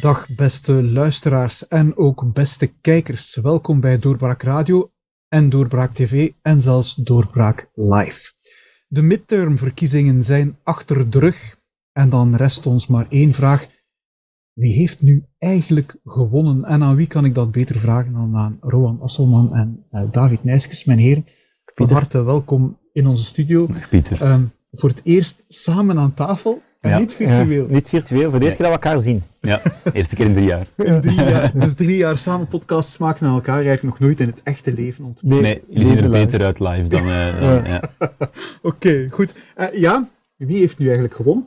Dag beste luisteraars en ook beste kijkers. Welkom bij Doorbraak Radio en Doorbraak TV en zelfs Doorbraak Live. De midtermverkiezingen zijn achter de rug en dan rest ons maar één vraag. Wie heeft nu eigenlijk gewonnen? En aan wie kan ik dat beter vragen dan aan Rowan Asselman en David Nijskes, mijn heren. Van harte welkom in onze studio. Pieter. Voor het eerst samen aan tafel. En niet virtueel. Niet virtueel, voor de eerste keer dat we elkaar zien. Ja, eerste keer in 3 jaar. In 3 jaar. Dus 3 jaar samen podcasts maken aan elkaar, eigenlijk nog nooit in het echte leven ontmoet. Nee, jullie zien er beter uit live dan... ja. Oké, goed. Wie heeft nu eigenlijk gewonnen?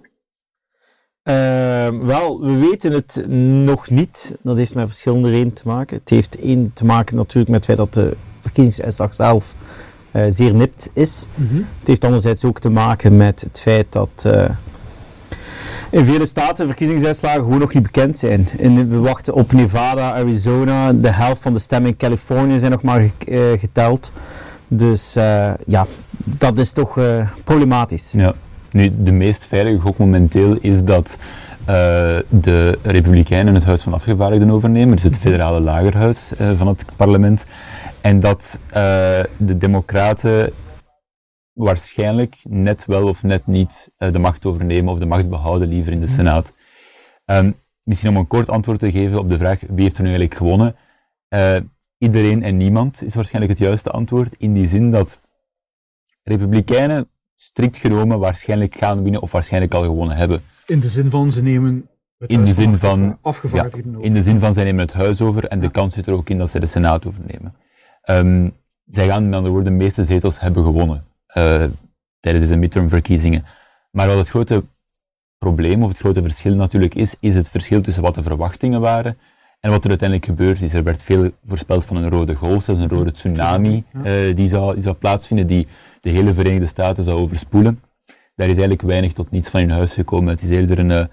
Wel, we weten het nog niet. Dat heeft met verschillende redenen te maken. Het heeft één te maken natuurlijk met het feit dat de verkiezingsuitslag zelf zeer nipt is. Mm-hmm. Het heeft anderzijds ook te maken met het feit dat... in vele staten verkiezingsuitslagen gewoon nog niet bekend zijn. We wachten op Nevada, Arizona, de helft van de stemmen in Californië zijn nog maar geteld. Dus dat is toch problematisch. Ja. Nu, de meest veilige gok momenteel is dat de Republikeinen het Huis van Afgevaardigden overnemen, dus het federale lagerhuis van het parlement, en dat de Democraten waarschijnlijk net wel of net niet de macht overnemen of de macht behouden liever in de Senaat. Misschien om een kort antwoord te geven op de vraag wie heeft er nu eigenlijk gewonnen. Iedereen en niemand is waarschijnlijk het juiste antwoord, in die zin dat Republikeinen strikt genomen waarschijnlijk gaan winnen of waarschijnlijk al gewonnen hebben. In de zin van ze nemen het huis van afgevaardigden over. In de zin van zij nemen het huis over en de kans zit er ook in dat zij de Senaat overnemen. Zij gaan met andere woorden de meeste zetels hebben gewonnen. Tijdens deze midtermverkiezingen. Maar wat het grote probleem of het grote verschil natuurlijk is het verschil tussen wat de verwachtingen waren en wat er uiteindelijk gebeurd is. Er werd veel voorspeld van een rode golf, zelfs een rode tsunami die zou plaatsvinden, die de hele Verenigde Staten zou overspoelen. Daar is eigenlijk weinig tot niets van in huis gekomen. Het is eerder een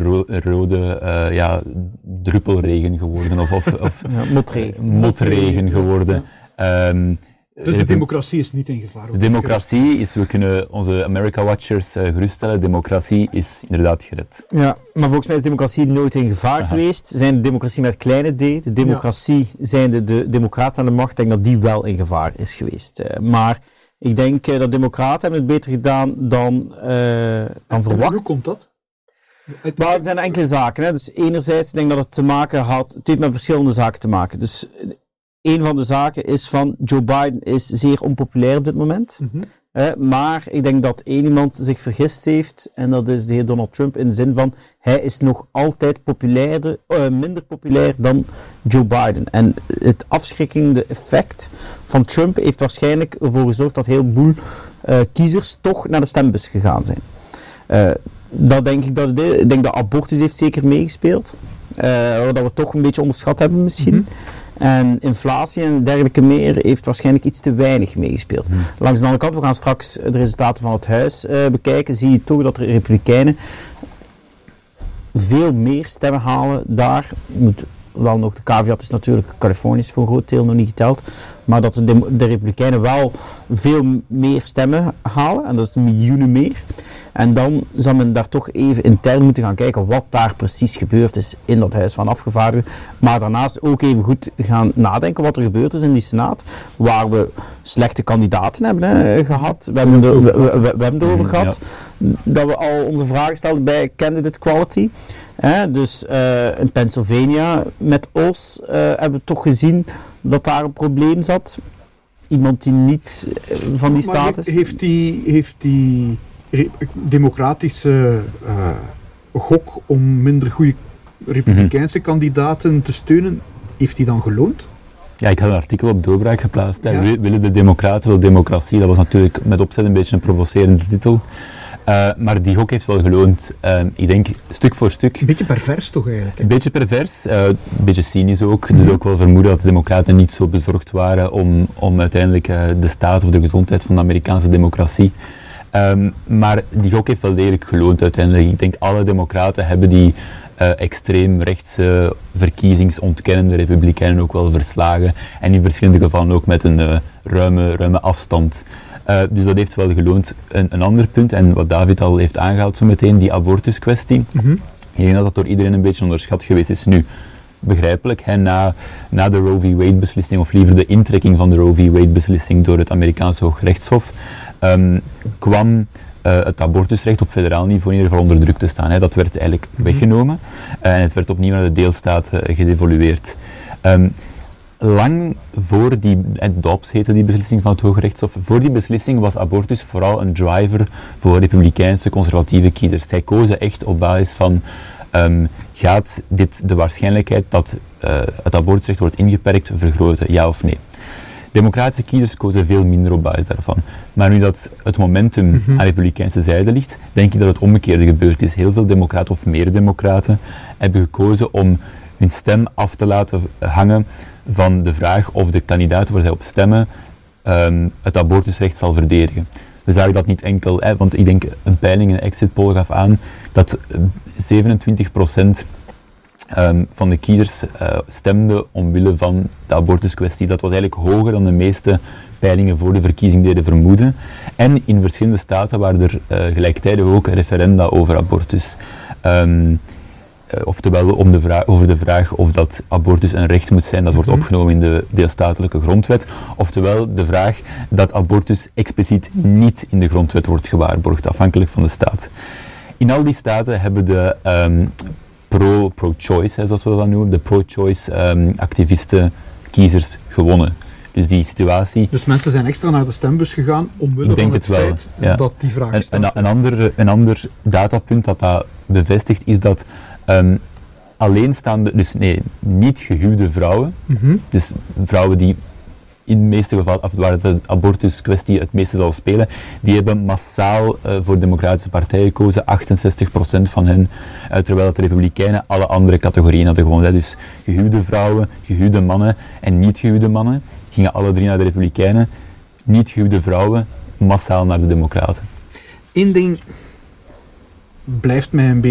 rode druppelregen geworden of motregen geworden. Dus de democratie is niet in gevaar? De democratie is, we kunnen onze America Watchers geruststellen, democratie is inderdaad gered. Ja, maar volgens mij is democratie nooit in gevaar geweest. Zijn de democratie met kleine d, de democratie zijn de democraten aan de macht, ik denk dat die wel in gevaar is geweest. Maar ik denk dat democraten hebben het beter gedaan dan verwacht. Hoe komt dat? Maar er zijn enkele zaken. Hè. Dus enerzijds, ik denk dat het te maken had, het heeft met verschillende zaken te maken. Dus een van de zaken is van Joe Biden is zeer onpopulair op dit moment. Mm-hmm. Maar ik denk dat één iemand zich vergist heeft en dat is de heer Donald Trump in de zin van hij is nog altijd minder populair dan Joe Biden. En het afschrikkende effect van Trump heeft waarschijnlijk ervoor gezorgd dat heel boel kiezers toch naar de stembus gegaan zijn. Dat denk ik ik denk dat abortus heeft zeker meegespeeld. Dat we toch een beetje onderschat hebben misschien. Mm-hmm. En inflatie en dergelijke meer heeft waarschijnlijk iets te weinig meegespeeld. Langs de andere kant, we gaan straks de resultaten van het huis bekijken, zie je toch dat de Republikeinen veel meer stemmen halen daar. Moet wel nog, de caveat is natuurlijk, Californië is voor een groot deel nog niet geteld, maar dat de Republikeinen wel veel meer stemmen halen, en dat is miljoenen meer. En dan zou men daar toch even intern moeten gaan kijken wat daar precies gebeurd is in dat Huis van Afgevaardigden. Maar daarnaast ook even goed gaan nadenken wat er gebeurd is in die Senaat, waar we slechte kandidaten hebben gehad. We hebben het erover gehad dat we al onze vragen stelden bij candidate quality. Dus in Pennsylvania met Oz hebben we toch gezien dat daar een probleem zat. Iemand die niet van die staat is. Heeft die democratische gok om minder goede republikeinse kandidaten te steunen, heeft die dan geloond? Ja, ik had een artikel op Doorbraak geplaatst. Ja. Willen de democraten wel democratie? Dat was natuurlijk met opzet een beetje een provocerende titel. Maar die gok heeft wel geloond. Ik denk stuk voor stuk. Een beetje pervers toch eigenlijk? Hè? Een beetje pervers, een beetje cynisch ook. Dus ook wel vermoeden dat de democraten niet zo bezorgd waren om uiteindelijk de staat of de gezondheid van de Amerikaanse democratie. Maar die gok heeft wel degelijk geloond uiteindelijk. Ik denk alle democraten hebben die extreem rechtse verkiezingsontkenende republikeinen ook wel verslagen. En in verschillende gevallen ook met een ruime afstand. Dus dat heeft wel geloond. Een ander punt, en wat David al heeft aangehaald zo meteen, die abortuskwestie. Ik denk dat dat door iedereen een beetje onderschat geweest is. Nu, begrijpelijk, hè, na de Roe v. Wade-beslissing, of liever de intrekking van de Roe v. Wade-beslissing door het Amerikaanse Hooggerechtshof, kwam het abortusrecht op federaal niveau in ieder geval onder druk te staan. Hè. Dat werd eigenlijk weggenomen en het werd opnieuw naar de deelstaten gedevolueerd. Lang voor Dobbs heette die beslissing van het Hooggerechtshof, voor die beslissing was abortus vooral een driver voor republikeinse conservatieve kiezers. Zij kozen echt op basis van gaat dit de waarschijnlijkheid dat het abortusrecht wordt ingeperkt vergroten, ja of nee. Democratische kiezers kozen veel minder op basis daarvan. Maar nu dat het momentum aan republikeinse zijde ligt, denk ik dat het omgekeerde gebeurd is. Heel veel democraten of meer democraten hebben gekozen om hun stem af te laten hangen van de vraag of de kandidaat waar zij op stemmen het abortusrecht zal verdedigen. We zagen dat niet enkel, want ik denk een peiling, een exit poll gaf aan dat 27% van de kiezers stemde omwille van de abortuskwestie. Dat was eigenlijk hoger dan de meeste peilingen voor de verkiezing deden vermoeden. En in verschillende staten waren er gelijktijdig ook referenda over abortus. Oftewel over de vraag of dat abortus een recht moet zijn dat wordt opgenomen in de deelstatelijke grondwet, oftewel de vraag dat abortus expliciet niet in de grondwet wordt gewaarborgd, afhankelijk van de staat. In al die staten hebben de pro-choice, zoals we dat noemen, de pro-choice activisten, kiezers gewonnen. Dus die situatie... Dus mensen zijn extra naar de stembus gegaan omwille van het feit dat die vraag stelt. Een ander datapunt dat bevestigt is dat alleenstaande, dus niet gehuwde vrouwen, dus vrouwen die in de meeste gevallen, waar de abortuskwestie het meeste zal spelen, die hebben massaal voor de Democratische Partij gekozen, 68% van hen, terwijl dat de Republikeinen alle andere categorieën hadden gewonnen. Dus gehuwde vrouwen, gehuwde mannen en niet gehuwde mannen gingen alle drie naar de Republikeinen, niet gehuwde vrouwen massaal naar de Democraten. Eén ding blijf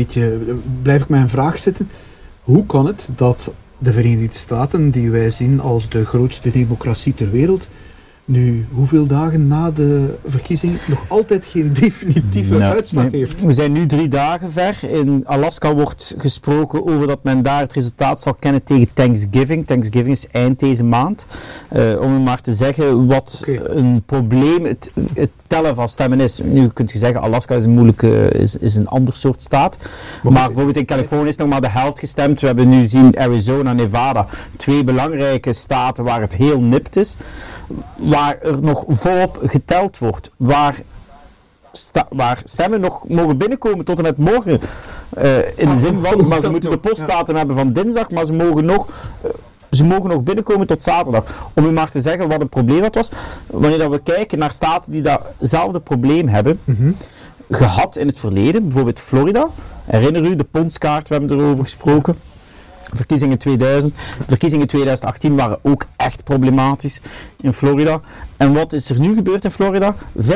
ik mij een vraag zitten. Hoe kan het dat de Verenigde Staten, die wij zien als de grootste democratie ter wereld, nu hoeveel dagen na de verkiezing nog altijd geen definitieve uitslag heeft? We zijn nu 3 dagen ver. In Alaska wordt gesproken over dat men daar het resultaat zal kennen tegen Thanksgiving. Thanksgiving is eind deze maand. Om maar te zeggen wat een probleem het tellen van stemmen is. Nu kunt je zeggen, Alaska is een moeilijke, is een ander soort staat. Maar bijvoorbeeld in Californië is nog maar de helft gestemd. We hebben nu zien Arizona, Nevada, 2 belangrijke staten waar het heel nipt is. Waar er nog volop geteld wordt, waar stemmen nog mogen binnenkomen tot en met morgen. In de zin van, maar ze moeten de postdatum hebben van dinsdag, maar ze mogen nog binnenkomen tot zaterdag. Om u maar te zeggen wat een probleem dat was. Wanneer dat we kijken naar staten die datzelfde probleem hebben gehad in het verleden, bijvoorbeeld Florida. Herinner u de ponskaart, we hebben erover gesproken. Verkiezingen 2000. Verkiezingen 2018 waren ook echt problematisch in Florida. En wat is er nu gebeurd in Florida?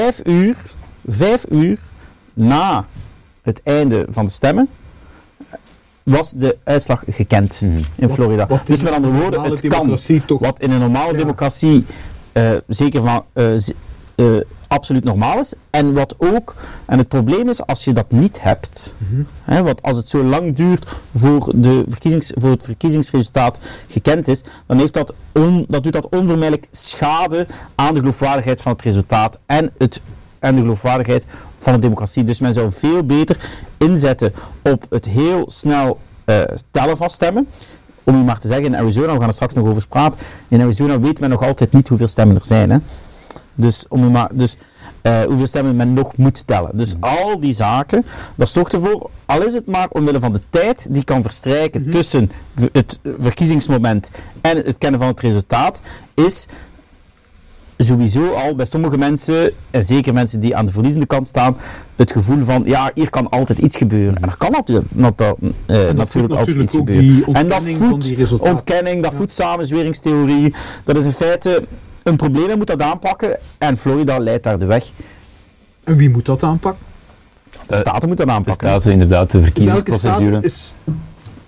5 uur na het einde van de stemmen was de uitslag gekend in Florida. Dus met andere woorden, het kan. Wat in een normale democratie zeker van absoluut normaal is. En wat ook, en het probleem is als je dat niet hebt, want als het zo lang duurt voor het verkiezingsresultaat gekend is, dan heeft doet dat onvermijdelijk schade aan de geloofwaardigheid van het resultaat en de geloofwaardigheid van de democratie. Dus men zou veel beter inzetten op het heel snel tellen van stemmen. Om u maar te zeggen, in Arizona, we gaan er straks nog over praten, in Arizona weet men nog altijd niet hoeveel stemmen er zijn. Hè? Dus hoeveel stemmen men nog moet tellen. Dus al die zaken, dat zorgt ervoor, al is het maar omwille van de tijd die kan verstrijken tussen het verkiezingsmoment en het kennen van het resultaat, is sowieso al bij sommige mensen, en zeker mensen die aan de verliezende kant staan, het gevoel van, ja, hier kan altijd iets gebeuren. En er kan natuurlijk altijd iets gebeuren. En dat voedt ontkenning, dat voedt samenzweringstheorie, dat is in feite een probleem, en moet dat aanpakken. En Florida leidt daar de weg. En wie moet dat aanpakken? De staten moeten dat aanpakken. De staten, inderdaad, de verkiezingsprocedure. Dus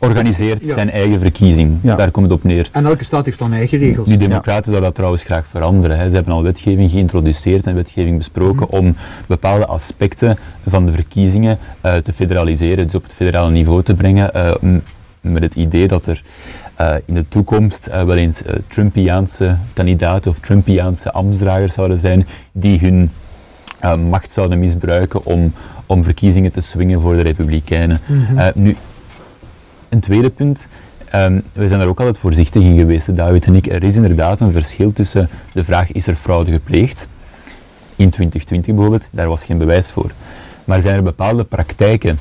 organiseert zijn eigen verkiezing. Ja. Daar komt het op neer. En elke staat heeft dan eigen regels. Die democraten zouden dat trouwens graag veranderen. Hè. Ze hebben al wetgeving geïntroduceerd en wetgeving besproken om bepaalde aspecten van de verkiezingen te federaliseren, dus op het federale niveau te brengen, met het idee dat er in de toekomst wel eens Trumpiaanse kandidaten of Trumpiaanse ambtsdragers zouden zijn die hun macht zouden misbruiken om verkiezingen te swingen voor de Republikeinen. Nu, een tweede punt. We zijn er ook altijd voorzichtig in geweest, David en ik. Er is inderdaad een verschil tussen de vraag, is er fraude gepleegd? In 2020 bijvoorbeeld, daar was geen bewijs voor. Maar zijn er bepaalde praktijken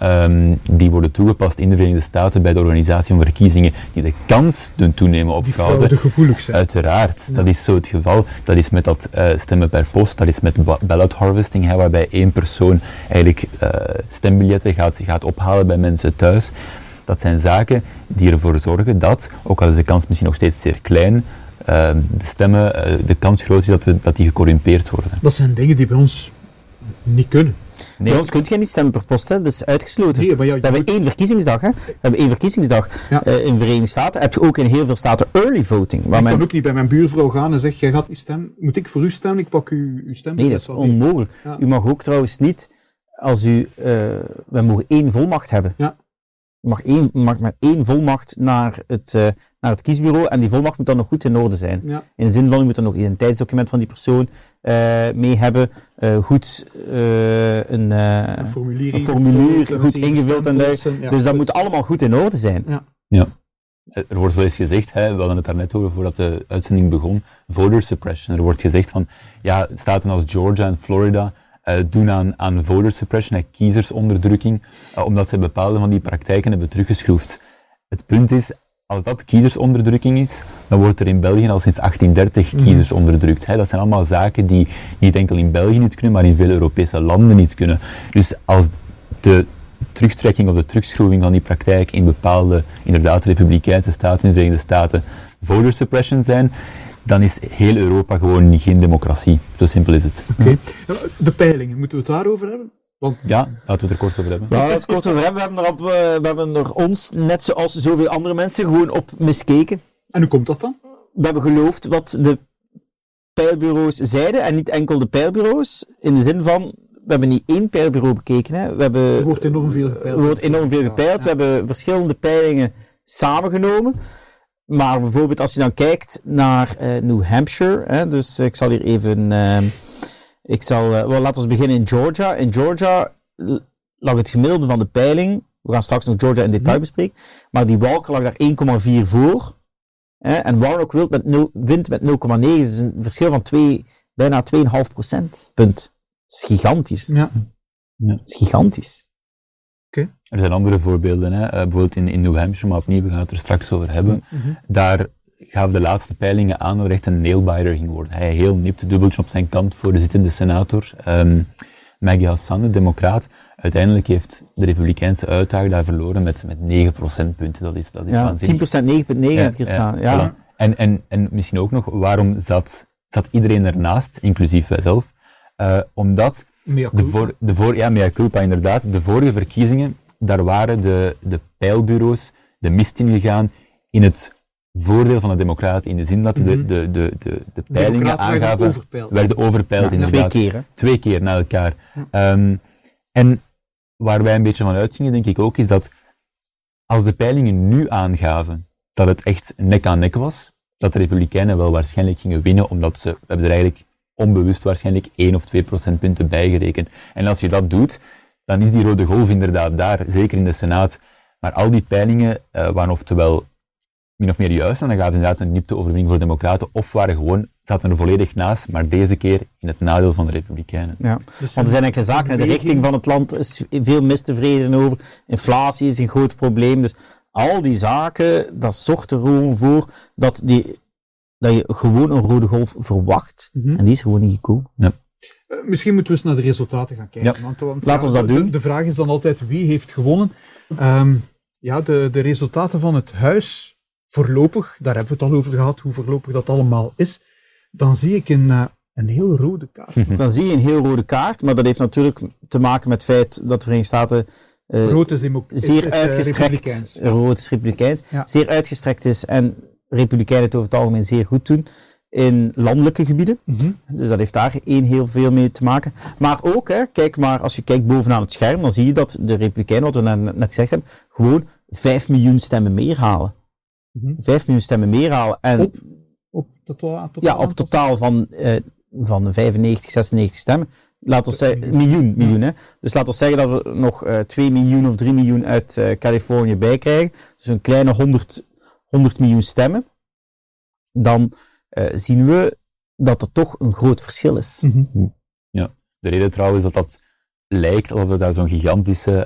die worden toegepast in de Verenigde Staten bij de organisatie van verkiezingen die de kans doen toenemen op fraude? Gevoelig zijn. Uiteraard, dat is zo het geval. Dat is met dat stemmen per post, dat is met ballot harvesting, waarbij één persoon eigenlijk stembiljetten gaat ophalen bij mensen thuis. Dat zijn zaken die ervoor zorgen dat, ook al is de kans misschien nog steeds zeer klein, de stemmen, de kans groot is dat die gecorrumpeerd worden. Dat zijn dingen die bij ons niet kunnen. Nee. Bij ons kun je niet stemmen per post, hè. Dat is uitgesloten. Nee, we hebben één verkiezingsdag. Hè. We hebben één verkiezingsdag. Ja. In de Verenigde Staten heb je ook in heel veel staten early voting. Ik kan ook niet bij mijn buurvrouw gaan en zeggen, jij gaat niet stemmen. Moet ik voor u stemmen? Ik pak uw stem. Nee, dat is onmogelijk. Ja. U mag ook trouwens niet, als u, we mogen 1 volmacht hebben. Ja. Je mag met 1 volmacht naar het kiesbureau en die volmacht moet dan nog goed in orde zijn. Ja. In de zin van, u moet er nog een identiteitsdocument van die persoon mee hebben, goed een formulier goed ingevuld en dergelijke. Dus dat moet allemaal goed in orde zijn. Ja. Ja. Er wordt wel eens gezegd, we hadden het daar net over voordat de uitzending begon, voter suppression. Er wordt gezegd van, ja, staten als Georgia en Florida doen aan voter suppression, kiezersonderdrukking, omdat ze bepaalde van die praktijken hebben teruggeschroefd. Het punt is, als dat kiezersonderdrukking is, dan wordt er in België al sinds 1830 kiezers onderdrukt. Dat zijn allemaal zaken die niet enkel in België niet kunnen, maar in veel Europese landen niet kunnen. Dus als de terugtrekking of de terugschroeving van die praktijk in bepaalde, inderdaad, republikeinse staten in de Verenigde Staten voter suppression zijn, dan is heel Europa gewoon geen democratie. Zo simpel is het. Okay. De peilingen, moeten we het daarover hebben? Want... Ja, laten we het er kort over hebben. Ja, laten we het kort over hebben. We hebben er ons, net zoals zoveel andere mensen, gewoon op miskeken. En hoe komt dat dan? We hebben geloofd wat de peilbureaus zeiden, en niet enkel de peilbureaus, in de zin van, we hebben niet 1 peilbureau bekeken. Hè. Er wordt enorm veel gepeild. We hebben verschillende peilingen samengenomen. Maar bijvoorbeeld als je dan kijkt naar New Hampshire, dus ik zal hier even... laten we beginnen in Georgia. In Georgia lag het gemiddelde van de peiling, we gaan straks nog Georgia in detail bespreken, maar die Walker lag daar 1,4 voor. En Warnock wint met 0,9, dat is een verschil van bijna 2,5%. Punt. Dat is gigantisch. Ja. Dat is gigantisch. Okay. Er zijn andere voorbeelden, bijvoorbeeld in New Hampshire, maar opnieuw, we gaan het er straks over hebben. Daar gaven de laatste peilingen aan dat er echt een nailbiter ging worden. Hij heel nipt, dubbeltje op zijn kant voor de zittende senator, Maggie Hassan, de democraat. Uiteindelijk heeft de republikeinse uitdager daar verloren met 9 procentpunten. Dat is waanzinnig. 10%, 9,9 heb ik hier staan. Ja. Voilà. En misschien ook nog, waarom zat iedereen ernaast, inclusief wij zelf? Omdat mea culpa inderdaad, de vorige verkiezingen, daar waren de peilbureaus de mist ingegaan in het voordeel van de democraten, in de zin dat de peilingen aangaven, werden overpeild inderdaad. 2 keer. 2 keer na elkaar. En waar wij een beetje van uitgingen, denk ik ook, is dat als de peilingen nu aangaven dat het echt nek aan nek was, dat de republikeinen wel waarschijnlijk gingen winnen, omdat we hebben er eigenlijk onbewust waarschijnlijk 1 of 2 procentpunten bijgerekend. En als je dat doet, dan is die rode golf inderdaad daar, zeker in de Senaat. Maar al die peilingen waren oftewel min of meer juist, en dan gaven ze inderdaad een nipte overwinning voor de democraten, of zaten er volledig naast, maar deze keer in het nadeel van de republikeinen. Ja. Dus want er zijn enkele zaken, de richting van het land is veel mistevreden over, inflatie is een groot probleem, dus al die zaken, dat zorgt er gewoon voor dat je gewoon een rode golf verwacht, en die is gewoon niet gekomen. Ja. Misschien moeten we eens naar de resultaten gaan kijken. Ja. Want laten we dat doen. De vraag is dan altijd, wie heeft gewonnen? De resultaten van het huis, voorlopig, daar hebben we het al over gehad, hoe voorlopig dat allemaal is, dan zie ik een heel rode kaart. Dan zie je een heel rode kaart, maar dat heeft natuurlijk te maken met het feit dat de Verenigde Staten Rood is zeer uitgestrekt, republikeins. rood is republikeins, Ja. zeer uitgestrekt is en republikeinen het over het algemeen zeer goed doen in landelijke gebieden. Dus dat heeft daar heel veel mee te maken. Maar ook, als je kijkt bovenaan het scherm, dan zie je dat de republikeinen, wat we net gezegd hebben, gewoon 5 miljoen stemmen meer halen. 5 miljoen stemmen meer halen. En Op totaal op totaal van 95, 96 stemmen. Laten we zeggen, miljoen. Hè. Dus laten we zeggen dat we nog 2 miljoen of 3 miljoen uit Californië bij krijgen. Dus een kleine 100 miljoen stemmen. Dan zien we dat er toch een groot verschil is. Ja, de reden trouwens dat lijkt alsof er daar zo'n gigantische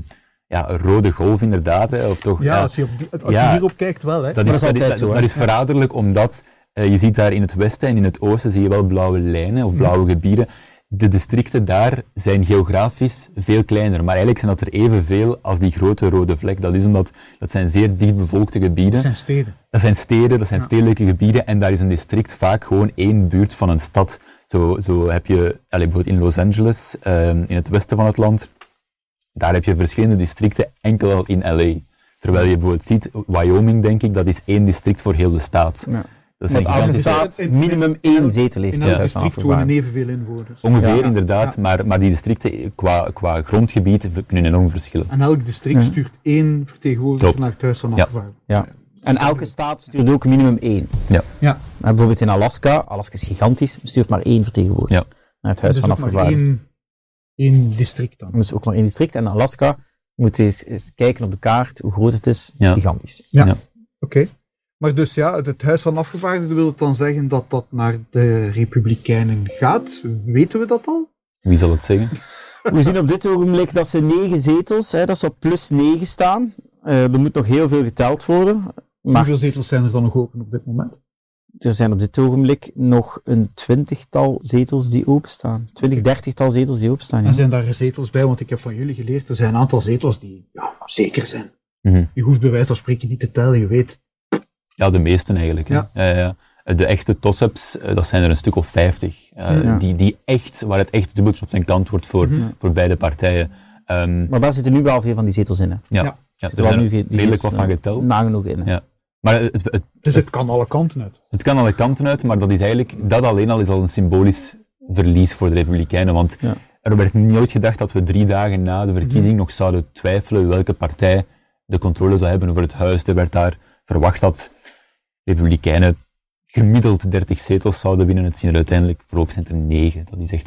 rode golf inderdaad, hè, of toch... Ja, als je hierop kijkt wel. Hè. Dat is verraderlijk, omdat je ziet daar in het westen en in het oosten zie je wel blauwe lijnen of blauwe gebieden. De districten daar zijn geografisch veel kleiner, maar eigenlijk zijn dat er evenveel als die grote rode vlek. Dat is omdat dat zijn zeer dichtbevolkte gebieden. Dat zijn steden. Dat zijn stedelijke gebieden en daar is een district vaak gewoon één buurt van een stad. Zo heb je, bijvoorbeeld in Los Angeles, in het westen van het land, daar heb je verschillende districten enkel al in LA. Terwijl je bijvoorbeeld ziet, Wyoming denk ik, dat is één district voor heel de staat. Ja. Dat Want elke staat minimum 1 zetel heeft. In elk district wonen evenveel inwoners. Ongeveer, inderdaad, maar die districten qua grondgebied kunnen enorm verschillen. En elk district stuurt 1 vertegenwoordiger naar het Huis van Afgevaardigden. Ja. En elke staat stuurt ook minimum 1. Ja. Bijvoorbeeld in Alaska is gigantisch, stuurt maar 1 vertegenwoordiger naar het Huis van Afgevaardigden. Eén district dan. Dus ook maar 1 district. En Alaska, moet je eens kijken op de kaart hoe groot het is. Het is gigantisch. Ja. Oké. Maar dus het Huis van Afgevaardigden wil het dan zeggen dat dat naar de Republikeinen gaat? Weten we dat al? Wie zal het zeggen? We zien op dit ogenblik dat ze 9 zetels, dat ze op plus 9 staan. Er moet nog heel veel geteld worden. Maar hoeveel zetels zijn er dan nog open op dit moment? Er zijn op dit ogenblik nog een 20-tal zetels die openstaan. 30-tal zetels die openstaan. Ja. En zijn daar zetels bij? Want ik heb van jullie geleerd, er zijn een aantal zetels die zeker zijn. Je hoeft bij wijze van spreken niet te tellen, je weet. Ja, de meeste eigenlijk. Ja. De echte toss-ups, dat zijn er een stuk of 50. Die echt, waar het echt dubbeltje op zijn kant wordt voor beide partijen. Maar daar zitten nu wel veel van die zetels in. Hè? Ja, er zijn nu redelijk wat van geteld. Nagenoeg in. Ja. Maar dus het kan alle kanten uit. Het kan alle kanten uit, maar dat is eigenlijk, dat alleen al is al een symbolisch verlies voor de Republikeinen. Want er werd nooit gedacht dat we 3 dagen na de verkiezing nog zouden twijfelen welke partij de controle zou hebben over het huis. Er werd daar verwacht dat Republikeinen gemiddeld 30 zetels zouden winnen. Het zien er uiteindelijk, voorlopig zijn er 9. Dat is echt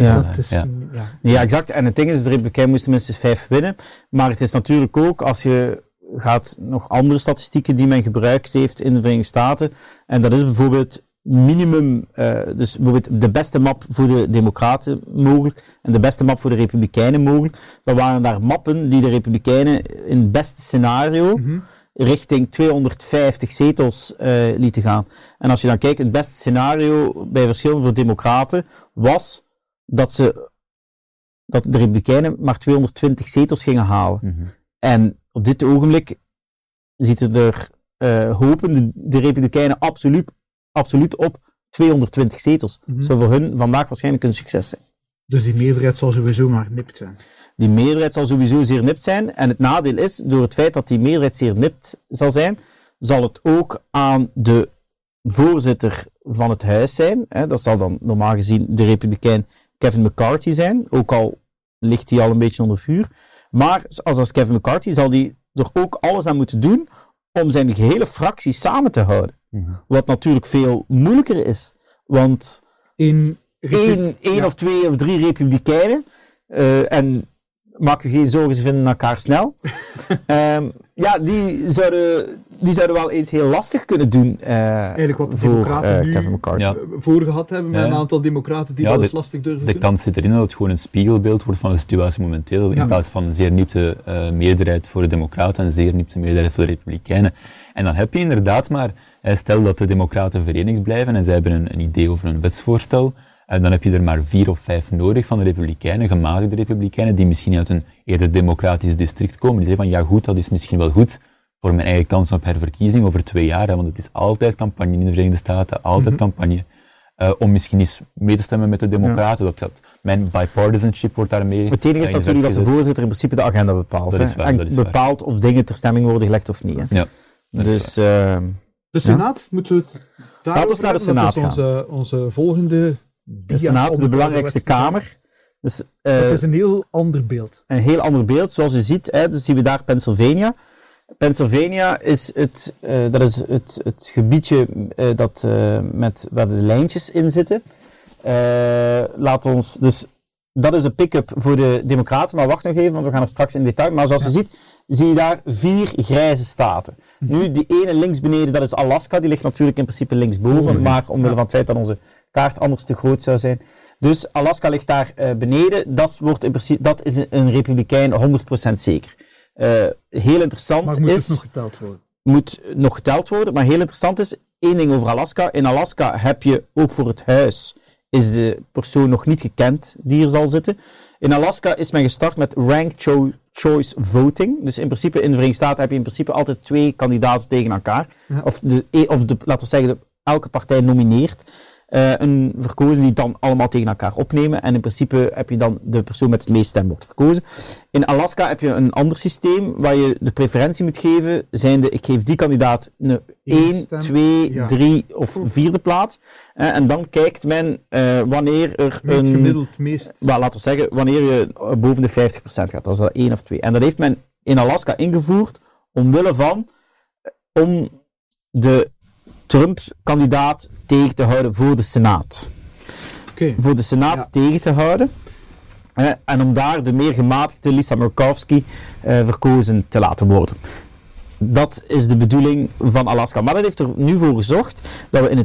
Ja, exact. En het ding is, de Republikeinen moesten minstens 5 winnen. Maar het is natuurlijk ook, als je gaat nog andere statistieken die men gebruikt heeft in de Verenigde Staten. En dat is bijvoorbeeld minimum, dus bijvoorbeeld de beste map voor de Democraten mogelijk en de beste map voor de Republikeinen mogelijk. Dan waren daar mappen die de Republikeinen in het beste scenario richting 250 zetels lieten gaan. En als je dan kijkt, het beste scenario bij verschillen voor Democraten was dat de Republikeinen maar 220 zetels gingen halen. En op dit ogenblik zitten er hopen de Republikeinen absoluut op 220 zetels. Dat zou voor hun vandaag waarschijnlijk een succes zijn. Dus die meerderheid zal sowieso maar nipt zijn. Die meerderheid zal sowieso zeer nipt zijn. En het nadeel is, door het feit dat die meerderheid zeer nipt zal zijn, zal het ook aan de voorzitter van het huis zijn. Dat zal dan normaal gezien de Republikein Kevin McCarthy zijn. Ook al ligt hij al een beetje onder vuur. Maar als Kevin McCarthy zal hij er ook alles aan moeten doen om zijn gehele fractie samen te houden. Wat natuurlijk veel moeilijker is. Want één of 2 of 3 Republikeinen, en maak je geen zorgen, ze vinden elkaar snel. Die zouden wel eens heel lastig kunnen doen eigenlijk wat de voor Democraten Kevin McCarthy. Voor gehad hebben met een aantal Democraten die wel eens lastig durven de doen. kans zit erin dat het gewoon een spiegelbeeld wordt van de situatie momenteel. In plaats van een zeer nipte meerderheid voor de Democraten en een zeer nipte meerderheid voor de Republikeinen. En dan heb je inderdaad maar, stel dat de Democraten verenigd blijven en zij hebben een idee over een wetsvoorstel. En dan heb je er maar 4 of 5 nodig van de Republikeinen, gematigde Republikeinen, die misschien uit een eerder democratisch district komen. Die zeggen van, ja goed, dat is misschien wel goed voor mijn eigen kans op herverkiezing over 2 jaar, want het is altijd campagne in de Verenigde Staten, altijd campagne, om misschien eens mee te stemmen met de Democraten. Dat Mijn bipartisanship wordt daarmee... Het enige is natuurlijk dat de voorzitter in principe de agenda bepaalt. Dat is waar, en bepaalt of dingen ter stemming worden gelegd of niet. Hè. Ja, dus... de Senaat, moeten we het daarover naar de Senaat gaan. Onze volgende... De Senaat, de belangrijkste kamer. Dus, het is een heel ander beeld. Een heel ander beeld, zoals je ziet. Dus zien we daar Pennsylvania. Pennsylvania is het gebiedje waar de lijntjes in zitten. Dat is een pick-up voor de Democraten, maar wacht nog even, want we gaan er straks in detail. Maar zoals je ziet, zie je daar 4 grijze staten. Nu, die ene links beneden, dat is Alaska, die ligt natuurlijk in principe linksboven, maar omwille van het feit dat onze kaart anders te groot zou zijn. Dus Alaska ligt daar beneden, dat is een republikein 100% zeker. Heel interessant maar moet het nog geteld worden? Moet nog geteld worden, maar heel interessant is, één ding over Alaska. In Alaska heb je ook voor het huis, is de persoon nog niet gekend die er zal zitten. In Alaska is men gestart met ranked choice voting. Dus in principe in de Verenigde Staten heb je in principe altijd 2 kandidaten tegen elkaar. Ja. Laten we zeggen, elke partij nomineert een verkozen die dan allemaal tegen elkaar opnemen. En in principe heb je dan de persoon met het meeste stem wordt verkozen. In Alaska heb je een ander systeem waar je de preferentie moet geven. Ik geef die kandidaat een 1, 2, 3 of 4e plaats. En dan kijkt men wanneer er een... gemiddeld meest... laten we zeggen, wanneer je boven de 50% gaat. Dat is dat 1 of 2. En dat heeft men in Alaska ingevoerd omwille van... om de Trump-kandidaat tegen te houden voor de Senaat. Voor de Senaat tegen te houden. En om daar de meer gematigde Lisa Murkowski verkozen te laten worden. Dat is de bedoeling van Alaska. Maar dat heeft er nu voor gezorgd dat we in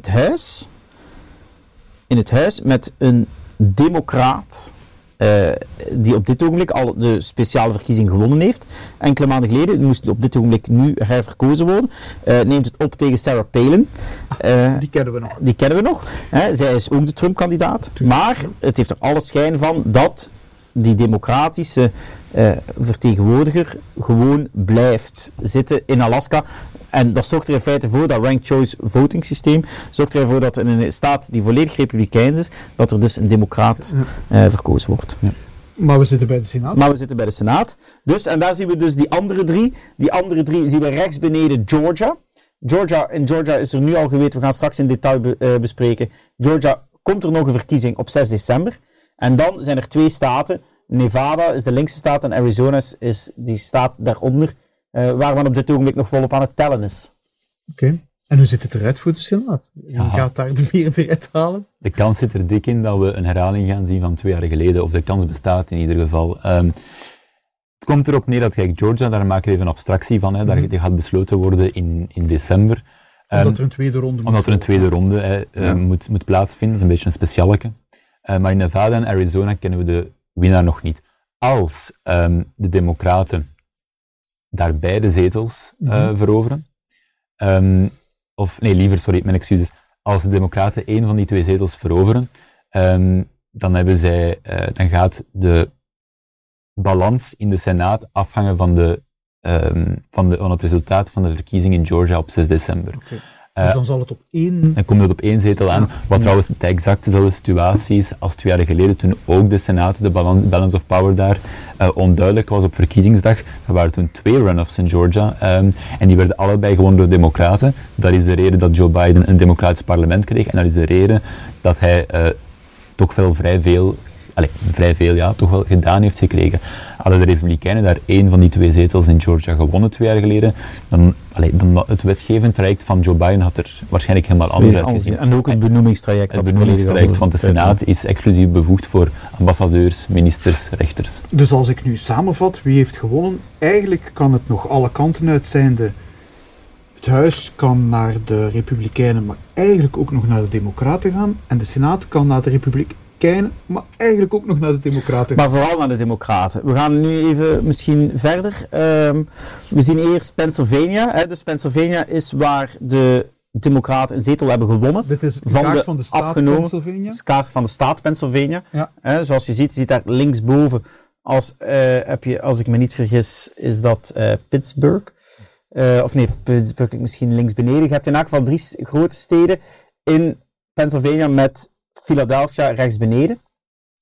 het huis met een democraat die op dit ogenblik al de speciale verkiezing gewonnen heeft. Enkele maanden geleden, moest op dit ogenblik nu herverkozen worden. Neemt het op tegen Sarah Palin. Die kennen we nog. Die kennen we nog. Zij is ook de Trump-kandidaat. Maar het heeft er alle schijn van dat die democratische vertegenwoordiger gewoon blijft zitten in Alaska. En dat zorgt er in feite voor, dat ranked choice voting systeem, zorgt ervoor dat in een staat die volledig republikeins is, dat er dus een democraat verkozen wordt. Ja. Maar we zitten bij de Senaat. Dus, en daar zien we dus die andere 3. Die andere 3 zien we rechts beneden Georgia. In Georgia is er nu al geweten, we gaan straks in detail bespreken. Georgia komt er nog een verkiezing op 6 december. En dan zijn er 2 staten. Nevada is de linkse staat en Arizona is die staat daaronder. Waar men op dit ogenblik nog volop aan het tellen is. Oké. En hoe ziet het eruit voor de Senaat? Wie gaat daar de meerderheid halen? De kans zit er dik in dat we een herhaling gaan zien van 2 jaar geleden. Of de kans bestaat in ieder geval. Het komt erop neer dat, kijk, Georgia, daar maken we even een abstractie van. Hè, daar gaat besloten worden in december. Omdat er een tweede ronde moet plaatsvinden. Dat is een beetje een specialeke. Maar in Nevada en Arizona kennen we de winnaar nog niet. Als de Democraten daar beide zetels veroveren. Mijn excuses. Als de Democraten 1 van die 2 zetels veroveren, dan gaat de balans in de Senaat afhangen van het resultaat van de verkiezing in Georgia op 6 december. Okay. Dus dan zal het op 1... Dan komt het op 1 zetel aan, wat trouwens de exact dezelfde situatie is als 2 jaar geleden, toen ook de Senaat, de balance of power daar, onduidelijk was op verkiezingsdag. Er waren toen 2 runoffs in Georgia, en die werden allebei gewonnen door democraten. Dat is de reden dat Joe Biden een democratisch parlement kreeg, en dat is de reden dat hij toch wel vrij veel gedaan heeft gekregen. Hadden de Republikeinen daar 1 van die 2 zetels in Georgia gewonnen 2 jaar geleden, dan het wetgevend traject van Joe Biden had er waarschijnlijk helemaal anders uitgezien. En ook het benoemingstraject. Want de Senaat is exclusief bevoegd voor ambassadeurs, ministers, rechters. Dus als ik nu samenvat, wie heeft gewonnen? Eigenlijk kan het nog alle kanten uit zijn. Het huis kan naar de Republikeinen, maar eigenlijk ook nog naar de Democraten gaan. En de Senaat kan naar de Republikeinen, maar eigenlijk ook nog naar de Democraten. Maar vooral naar de Democraten. We gaan nu even misschien verder. We zien eerst Pennsylvania. Dus Pennsylvania is waar de Democraten een zetel hebben gewonnen. Dit is de kaart van de staat Pennsylvania. De kaart van de staat Pennsylvania. Ja. Zoals je ziet daar linksboven, als ik me niet vergis, is dat Pittsburgh. Pittsburgh misschien links beneden. Je hebt in elk geval 3 grote steden in Pennsylvania met Philadelphia rechts beneden.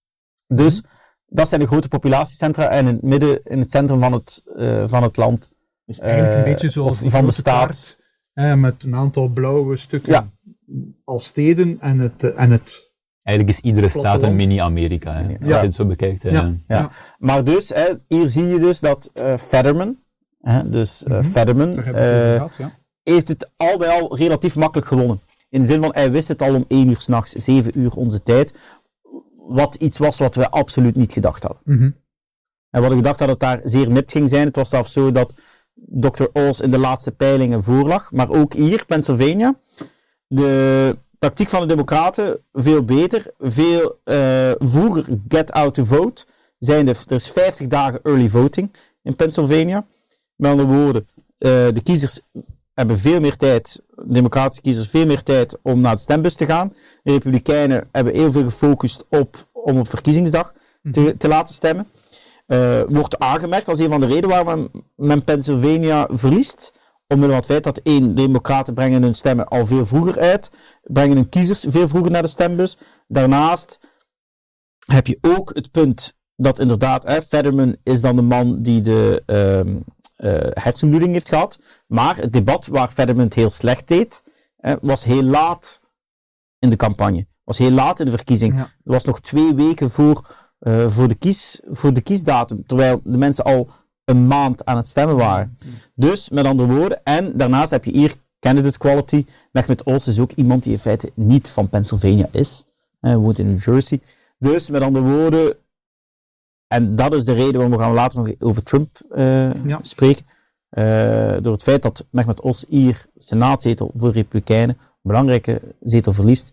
Dus dat zijn de grote populatiecentra en in het midden, in het centrum van het land. Dus eigenlijk een beetje zoals die van de grote staat. kaart, met een aantal blauwe stukken als steden en het Eigenlijk is iedere staat een platteland. mini-Amerika, hè, als je het zo bekijkt. Ja. Maar dus, hier zie je dus dat Fetterman, Fetterman, daar hebben we het over gehad, ja. heeft het al bij al relatief makkelijk gewonnen. In de zin van, hij wist het al om 1 uur 's nachts, 7 uur onze tijd. Wat iets was wat we absoluut niet gedacht hadden. Mhm. En we hadden gedacht dat het daar zeer nipt ging zijn. Het was zelfs zo dat Dr. Oz in de laatste peilingen voorlag. Maar ook hier, Pennsylvania, de tactiek van de Democraten veel beter. Veel vroeger get out to vote. Er is 50 dagen early voting in Pennsylvania. Met andere woorden, de kiezers hebben veel meer tijd, de democratische kiezers veel meer tijd om naar de stembus te gaan. De Republikeinen hebben heel veel gefocust om op verkiezingsdag te laten stemmen. Wordt aangemerkt als een van de redenen waarom men Pennsylvania verliest. Omwille van het feit dat de democraten brengen hun stemmen al veel vroeger uit, brengen hun kiezers veel vroeger naar de stembus. Daarnaast heb je ook het punt dat inderdaad, Fetterman is dan de man die de hersenbloeding heeft gehad. Maar het debat waar Fetterman het heel slecht deed, was heel laat in de campagne. Was heel laat in de verkiezing. Ja. Er was nog 2 weken voor de kiesdatum, terwijl de mensen al een maand aan het stemmen waren. Dus, met andere woorden, en daarnaast heb je hier candidate quality. Mehmet Oz is ook iemand die in feite niet van Pennsylvania is. Hij woont in New Jersey. Dus, met andere woorden, en dat is de reden waarom we gaan later nog over Trump spreken. Door het feit dat Mehmet Oz hier senaatzetel voor de Republikeinen, een belangrijke zetel verliest,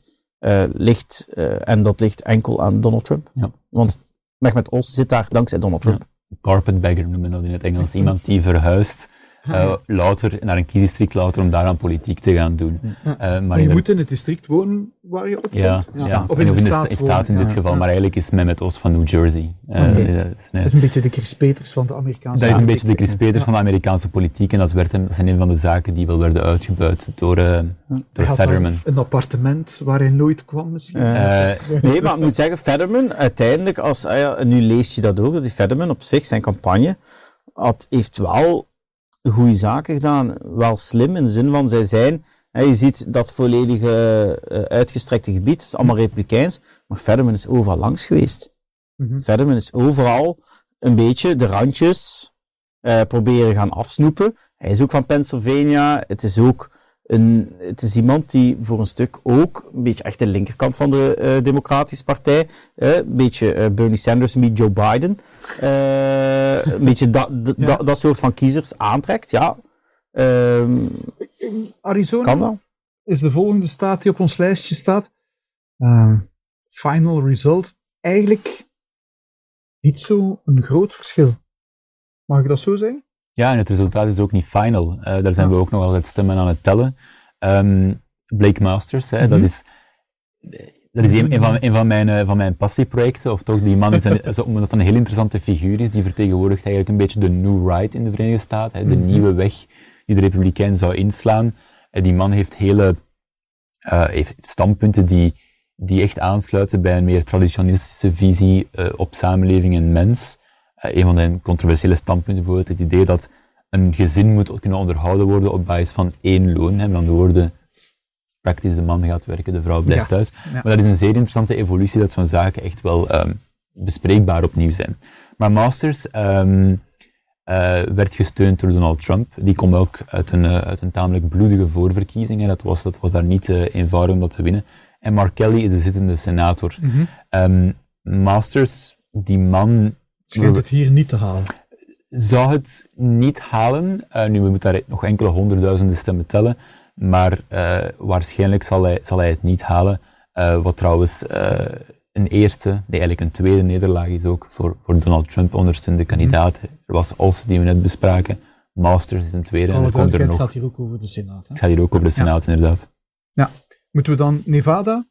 en dat ligt enkel aan Donald Trump. Ja. Want Mehmet Oz zit daar dankzij Donald Trump. Ja. Carpetbagger noemen we dat in het Engels. Iemand die verhuist louter naar een kiesdistrict louter om daaraan politiek te gaan doen. Maar je moet in het district wonen waar je op komt? Ja. Of in de staat in dit geval, maar eigenlijk is Mehmet Oz van New Jersey. Dat is een beetje de Chris Peters van de Amerikaanse politiek. Dat is een beetje de politiek. Chris Peters van de Amerikaanse politiek en dat zijn een van de zaken die wel werden uitgebuit door Fetterman. Een appartement waar hij nooit kwam misschien? Nee, maar ik moet zeggen, Fetterman, uiteindelijk, nu lees je dat ook, dat die Fetterman op zich, zijn campagne, heeft wel goede zaken gedaan. Wel slim, in de zin van, je ziet dat volledige uitgestrekte gebied, het is allemaal republikeins, maar Fetterman is overal langs geweest. Fetterman is overal een beetje de randjes proberen gaan afsnoepen. Hij is ook van Pennsylvania, het is iemand die voor een stuk ook een beetje echt de linkerkant van de Democratische Partij, een beetje Bernie Sanders meet Joe Biden, een beetje dat soort van kiezers aantrekt. Ja. Arizona kan wel. Is de volgende staat die op ons lijstje staat. Final result. Eigenlijk niet zo een groot verschil. Mag ik dat zo zeggen? Ja, en het resultaat is ook niet final. Daar zijn we ook nog altijd stemmen aan het tellen. Blake Masters, dat is een van mijn passieprojecten, of toch, die man is omdat het een heel interessante figuur is, die vertegenwoordigt eigenlijk een beetje de New Right in de Verenigde Staten, de nieuwe weg die de Republikein zou inslaan. Die man heeft heeft standpunten die echt aansluiten bij een meer traditionalistische visie op samenleving en mens. Een van de controversiële standpunten bijvoorbeeld het idee dat een gezin moet kunnen onderhouden worden op basis van 1 loon. Met andere woorden, praktisch de man gaat werken, de vrouw blijft thuis. Ja. Maar dat is een zeer interessante evolutie dat zo'n zaken echt wel bespreekbaar opnieuw zijn. Maar Masters werd gesteund door Donald Trump. Die komt ook uit een tamelijk bloedige voorverkiezing. En dat was daar niet eenvoudig om dat te winnen. En Mark Kelly is de zittende senator. Masters, die man... Schijnt het hier niet te halen. Zou het niet halen. Nu, we moeten daar nog enkele honderdduizenden stemmen tellen. Maar waarschijnlijk zal hij het niet halen. Wat trouwens eigenlijk een tweede nederlaag is ook voor Donald Trump ondersteunde kandidaten. Er was Oz, die we net bespraken. Masters is een tweede. En komt er nog. Het gaat hier ook over de Senaat. Hè? Het gaat hier ook over de Senaat, inderdaad. Ja. Moeten we dan Nevada?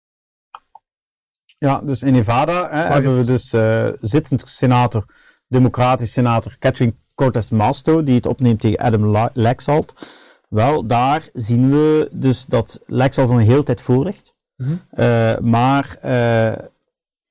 Ja, dus in Nevada hebben we dus zittend senator, democratisch senator Catherine Cortez Masto, die het opneemt tegen Adam Laxalt. Wel, daar zien we dus dat Laxalt een hele tijd voor ligt. Maar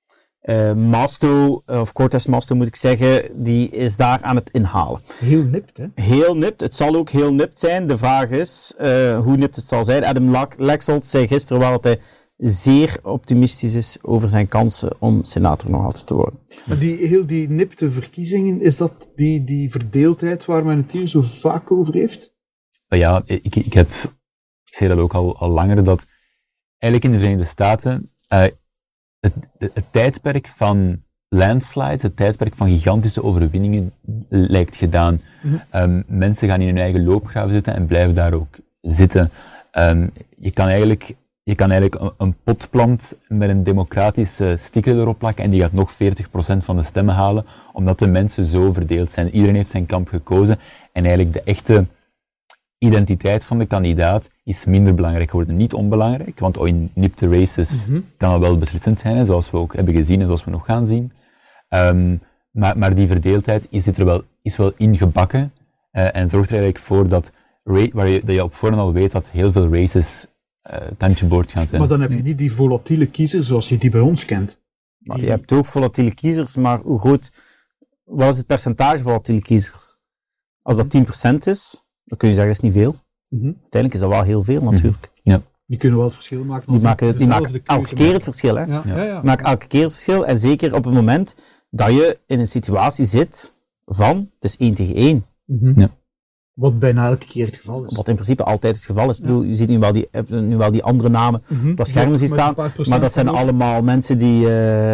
Masto, of Cortez Masto moet ik zeggen, die is daar aan het inhalen. Heel nipt, hè? Heel nipt. Het zal ook heel nipt zijn. De vraag is hoe nipt het zal zijn. Adam Laxalt zei gisteren wel dat hij zeer optimistisch is over zijn kansen om senator nog altijd te worden. Maar die nipte verkiezingen, is dat die verdeeldheid waar men het hier zo vaak over heeft? Ja, ik zeg dat ook al langer, dat eigenlijk in de Verenigde Staten het tijdperk van landslides, het tijdperk van gigantische overwinningen lijkt gedaan. Mm-hmm. Mensen gaan in hun eigen loopgraven zitten en blijven daar ook zitten. Je kan eigenlijk een potplant met een democratische sticker erop plakken en die gaat nog 40% van de stemmen halen, omdat de mensen zo verdeeld zijn. Iedereen heeft zijn kamp gekozen en eigenlijk de echte identiteit van de kandidaat is minder belangrijk geworden. Niet onbelangrijk, want in nipte races kan dat wel beslissend zijn, zoals we ook hebben gezien en zoals we nog gaan zien. Maar die verdeeldheid is wel ingebakken en zorgt er eigenlijk voor dat je op voorhand al weet dat heel veel races kantje boord gaan zijn. Maar dan heb je niet die volatiele kiezer zoals je die bij ons kent. Maar je hebt ook volatiele kiezers, maar wat is het percentage volatiele kiezers? Als dat 10% is, dan kun je zeggen, dat is niet veel. Uiteindelijk is dat wel heel veel, natuurlijk. Ja. Die kunnen wel het verschil maken. Die maken elke keer het verschil. Hè? Ja. Die maken elke keer het verschil. En zeker op het moment dat je in een situatie zit van, het is 1 tegen 1. Ja. Wat bijna elke keer het geval is. Wat in principe altijd het geval is. Ik bedoel, je ziet nu wel die andere namen op dat scherm zien staan, maar dat zijn allemaal mensen die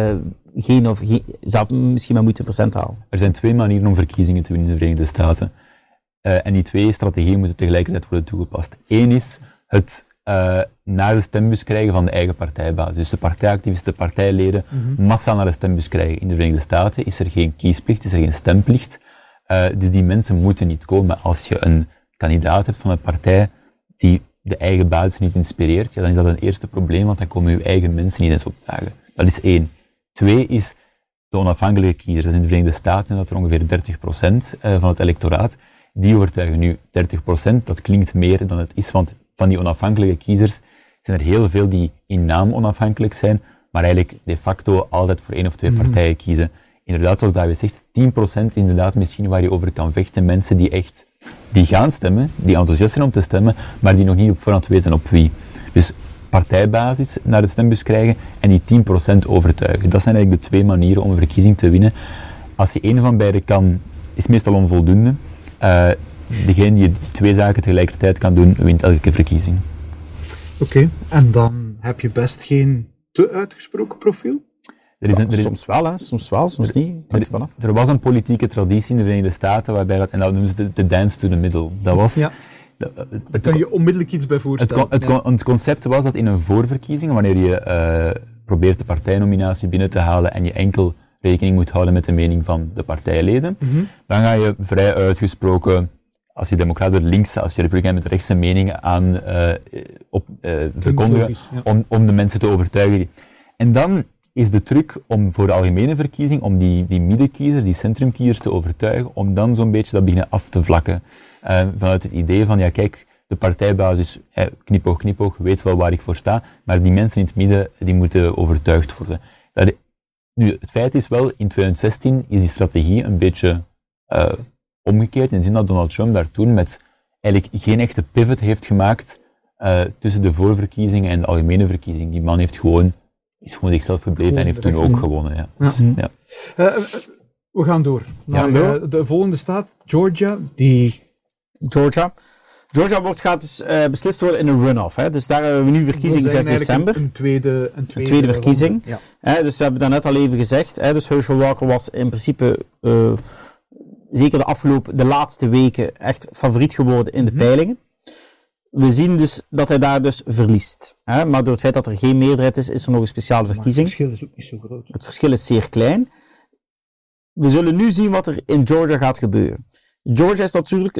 zelf misschien maar moeten procent halen. Er zijn 2 manieren om verkiezingen te winnen in de Verenigde Staten. En die 2 strategieën moeten tegelijkertijd worden toegepast. 1 is het naar de stembus krijgen van de eigen partijbasis. Dus de partijactivisten, de partijleden, massaal naar de stembus krijgen. In de Verenigde Staten is er geen kiesplicht, is er geen stemplicht. Dus die mensen moeten niet komen. Als je een kandidaat hebt van een partij die de eigen basis niet inspireert, dan is dat een eerste probleem, want dan komen je eigen mensen niet eens opdagen. Dat is 1. 2 is de onafhankelijke kiezers. Dus in de Verenigde Staten dat er ongeveer 30% van het electoraat, die overtuigen nu 30%. Dat klinkt meer dan het is, want van die onafhankelijke kiezers zijn er heel veel die in naam onafhankelijk zijn, maar eigenlijk de facto altijd voor 1 of 2 partijen kiezen. Inderdaad, zoals David zegt, 10% inderdaad misschien waar je over kan vechten. Mensen die gaan stemmen, die enthousiast zijn om te stemmen, maar die nog niet op voorhand weten op wie. Dus partijbasis naar de stembus krijgen en die 10% overtuigen. Dat zijn eigenlijk de 2 manieren om een verkiezing te winnen. Als je één van beide kan, is meestal onvoldoende. Degene die 2 zaken tegelijkertijd kan doen, wint elke verkiezing. Oké, en dan heb je best geen te uitgesproken profiel? Soms wel, hè. Soms niet. Er was een politieke traditie in de Verenigde Staten waarbij en dat noemen ze de dance to the middle. Dat was... Ja. Daar kan je onmiddellijk iets bij voorstellen. Het concept was dat in een voorverkiezing, wanneer je probeert de partijnominatie binnen te halen en je enkel rekening moet houden met de mening van de partijleden, dan ga je vrij uitgesproken, als je democraat bent, linkse, als je republikein met rechtse meningen aan verkondigen, om de mensen te overtuigen. En dan is de truc om voor de algemene verkiezing, om die middenkiezer, die centrumkiezers te overtuigen, om dan zo'n beetje dat beginnen af te vlakken. Vanuit het idee van, ja kijk, de partijbasis, knipoog, knipoog, weet wel waar ik voor sta, maar die mensen in het midden, die moeten overtuigd worden. Nu, het feit is wel, in 2016 is die strategie een beetje omgekeerd, in de zin dat Donald Trump daar toen met eigenlijk geen echte pivot heeft gemaakt tussen de voorverkiezingen en de algemene verkiezing. Die man is gewoon zichzelf gebleven en heeft toen ook gewonnen. Ja. Ja. Ja. We gaan door. De volgende staat, Georgia. Georgia gaat dus beslist worden in een runoff. Hè. Dus daar hebben we nu verkiezing 6 december. Een tweede verkiezing. Ja. Dus we hebben dat net al even gezegd. Hè. Dus Herschel Walker was in principe, zeker de laatste weken, echt favoriet geworden in de peilingen. We zien dus dat hij daar dus verliest. Hè? Maar door het feit dat er geen meerderheid is, is er nog een speciale verkiezing. Het verschil is ook niet zo groot. Het verschil is zeer klein. We zullen nu zien wat er in Georgia gaat gebeuren. Georgia is natuurlijk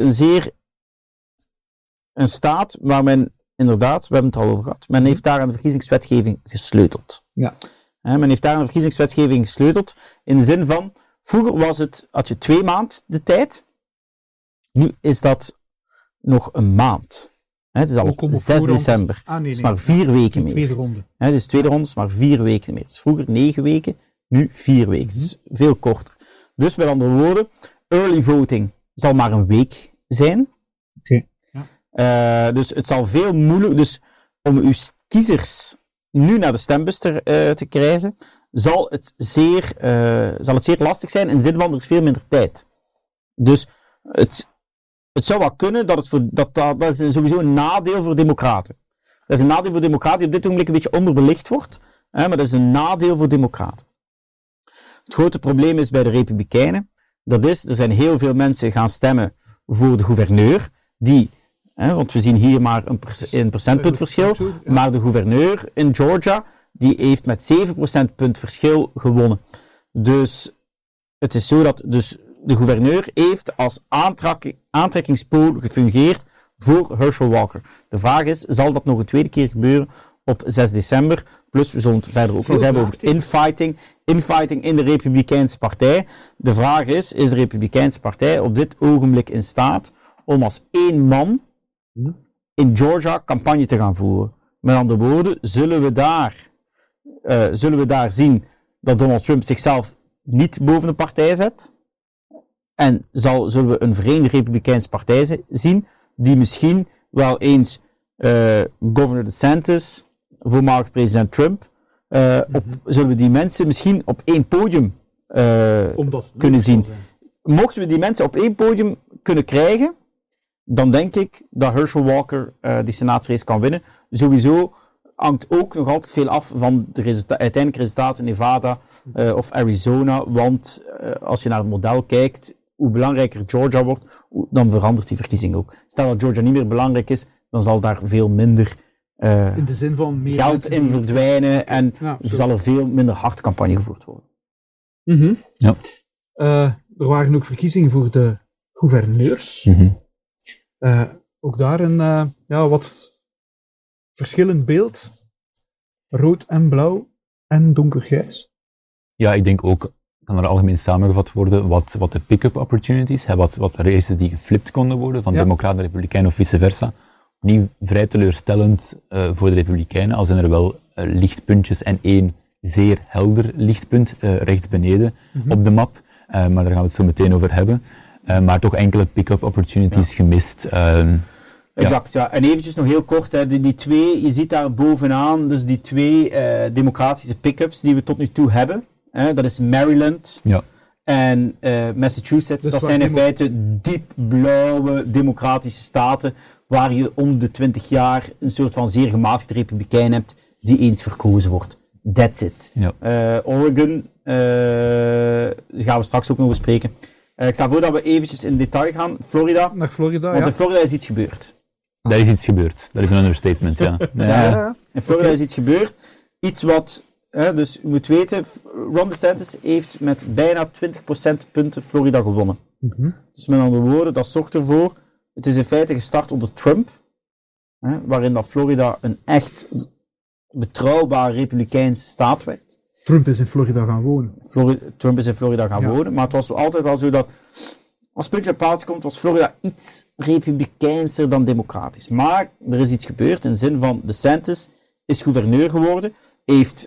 een staat waar men inderdaad, we hebben het er al over gehad, men heeft daar aan de verkiezingswetgeving gesleuteld. Ja. Men heeft daar aan de verkiezingswetgeving gesleuteld in de zin van, vroeger had je 2 maanden de tijd, nu is dat nog een maand. Het is al op 6 december. Het is maar 4 weken meer. Tweede ronde. Dus de tweede ronde is maar 4 weken meer. Dus vroeger 9 weken, nu 4 weken. Dus veel korter. Dus met andere woorden, early voting zal maar een week zijn. Oké. Ja. Dus het zal veel moeilijker... Dus om uw kiezers nu naar de stembus te krijgen, zal het zeer lastig zijn in de zin van er is veel minder tijd. Dus het zou wel kunnen dat is sowieso een nadeel voor democraten. Dat is een nadeel voor democraten die op dit ogenblik een beetje onderbelicht wordt, maar dat is een nadeel voor democraten. Het grote probleem is bij de Republikeinen, er zijn heel veel mensen gaan stemmen voor de gouverneur, want we zien hier maar een procentpuntverschil, maar de gouverneur in Georgia, die heeft met 7 procentpunt verschil gewonnen. Dus het is zo dat de gouverneur heeft als aantrekkingspool gefungeerd voor Herschel Walker. De vraag is, zal dat nog een tweede keer gebeuren op 6 december? Plus, we zullen het verder ook nog hebben over infighting in de Republikeinse partij. De vraag is de Republikeinse partij op dit ogenblik in staat om als één man in Georgia campagne te gaan voeren? Met andere woorden, zullen we daar zien dat Donald Trump zichzelf niet boven de partij zet? En zullen we een verenigde Republikeinse partij zien die misschien wel eens Governor DeSantis, voormalig president Trump, zullen we die mensen misschien op één podium kunnen zien? Mochten we die mensen op één podium kunnen krijgen, dan denk ik dat Herschel Walker die senaatsrace kan winnen. Sowieso hangt ook nog altijd veel af van de uiteindelijke resultaten in Nevada of Arizona, want als je naar het model kijkt, hoe belangrijker Georgia wordt, dan verandert die verkiezing ook. Stel dat Georgia niet meer belangrijk is, dan zal daar veel minder in de zin van meer geld in verdwijnen en zal er veel minder hard campagne gevoerd worden. Ja. Er waren ook verkiezingen voor de gouverneurs. Ook daar een wat verschillend beeld. Rood en blauw en donkergrijs. Ja, ik denk ook, kan er algemeen samengevat worden, wat de pick-up opportunities, wat races die geflipt konden worden, van democraten naar republikeinen of vice versa. Niet vrij teleurstellend voor de republikeinen, al zijn er wel lichtpuntjes en één zeer helder lichtpunt rechts beneden op de map. Maar daar gaan we het zo meteen over hebben. Maar toch enkele pick-up opportunities gemist. Exact, ja. En eventjes nog heel kort, die twee, je ziet daar bovenaan, dus die twee democratische pick-ups die we tot nu toe hebben. Dat is Maryland en Massachusetts. Dat zijn in feite diep blauwe democratische staten waar je om de 20 jaar een soort van zeer gematigde republikein hebt die eens verkozen wordt. That's it. Ja. Oregon, gaan we straks ook nog bespreken. Ik stel voor dat we eventjes in detail gaan. Florida. Naar Florida, want in Florida is iets gebeurd. Daar is iets gebeurd. Dat is een understatement, ja. In Florida is iets gebeurd. Iets wat, dus u moet weten, Ron DeSantis heeft met bijna 20 procentpunten Florida gewonnen. Dus met andere woorden, dat zorgt ervoor, het is in feite gestart onder Trump, waarin dat Florida een echt betrouwbare republikeinse staat werd. Trump is in Florida gaan wonen. Trump is in Florida gaan wonen, maar het was altijd wel zo dat, als puntje op paaltje komt, was Florida iets republikeinser dan democratisch. Maar er is iets gebeurd in de zin van DeSantis is gouverneur geworden, heeft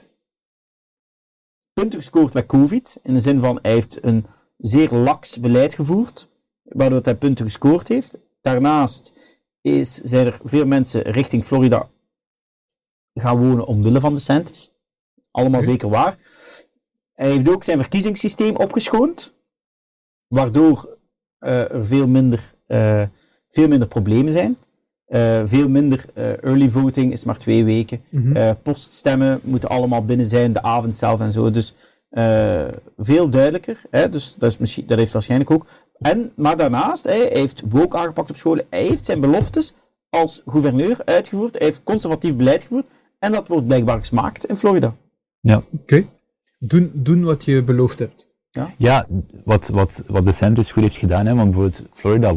punten gescoord bij COVID, in de zin van hij heeft een zeer laks beleid gevoerd, waardoor hij punten gescoord heeft. Daarnaast zijn er veel mensen richting Florida gaan wonen omwille van DeSantis. Allemaal zeker waar. Hij heeft ook zijn verkiezingssysteem opgeschoond, waardoor er veel minder problemen zijn. Veel minder early voting is maar 2 weken. Poststemmen moeten allemaal binnen zijn, de avond zelf en zo. Dus veel duidelijker. Dus dat heeft waarschijnlijk ook. Maar daarnaast, hij heeft woke aangepakt op scholen. Hij heeft zijn beloftes als gouverneur uitgevoerd. Hij heeft conservatief beleid gevoerd. En dat wordt blijkbaar gesmaakt in Florida. Ja. Oké. Doen wat je beloofd hebt. Ja, wat DeSantis goed heeft gedaan, want bijvoorbeeld Florida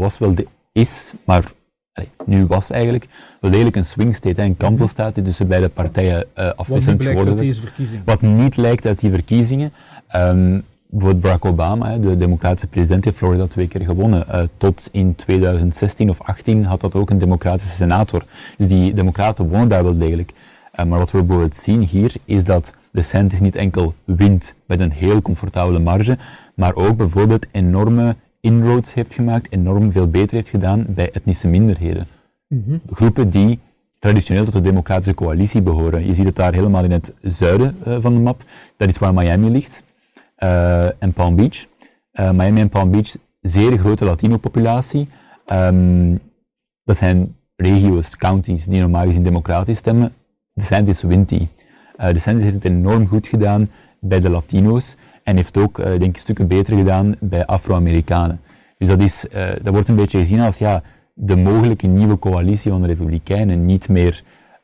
was eigenlijk wel degelijk een swing state, een kantelstaat die tussen beide partijen afwisselend geworden is. Wat niet lijkt uit die verkiezingen. Bijvoorbeeld Barack Obama, de democratische president, heeft Florida 2 keer gewonnen. Tot in 2016 of 2018 had dat ook een democratische senator. Dus die democraten wonnen daar wel degelijk. Maar wat we bijvoorbeeld zien hier, is dat DeSantis niet enkel wint met een heel comfortabele marge, maar ook bijvoorbeeld enorme inroads heeft gemaakt, enorm veel beter heeft gedaan bij etnische minderheden. Groepen die traditioneel tot de democratische coalitie behoren. Je ziet het daar helemaal in het zuiden van de map. Dat is waar Miami ligt. En Palm Beach. Miami en Palm Beach, zeer grote Latino-populatie. Dat zijn regio's, counties, die normaal gezien democratisch stemmen. DeSantis wint die. DeSantis heeft het enorm goed gedaan bij de Latino's en heeft ook, denk ik, stukken beter gedaan bij Afro-Amerikanen. Dus dat wordt een beetje gezien als de mogelijke nieuwe coalitie van de Republikeinen. Niet meer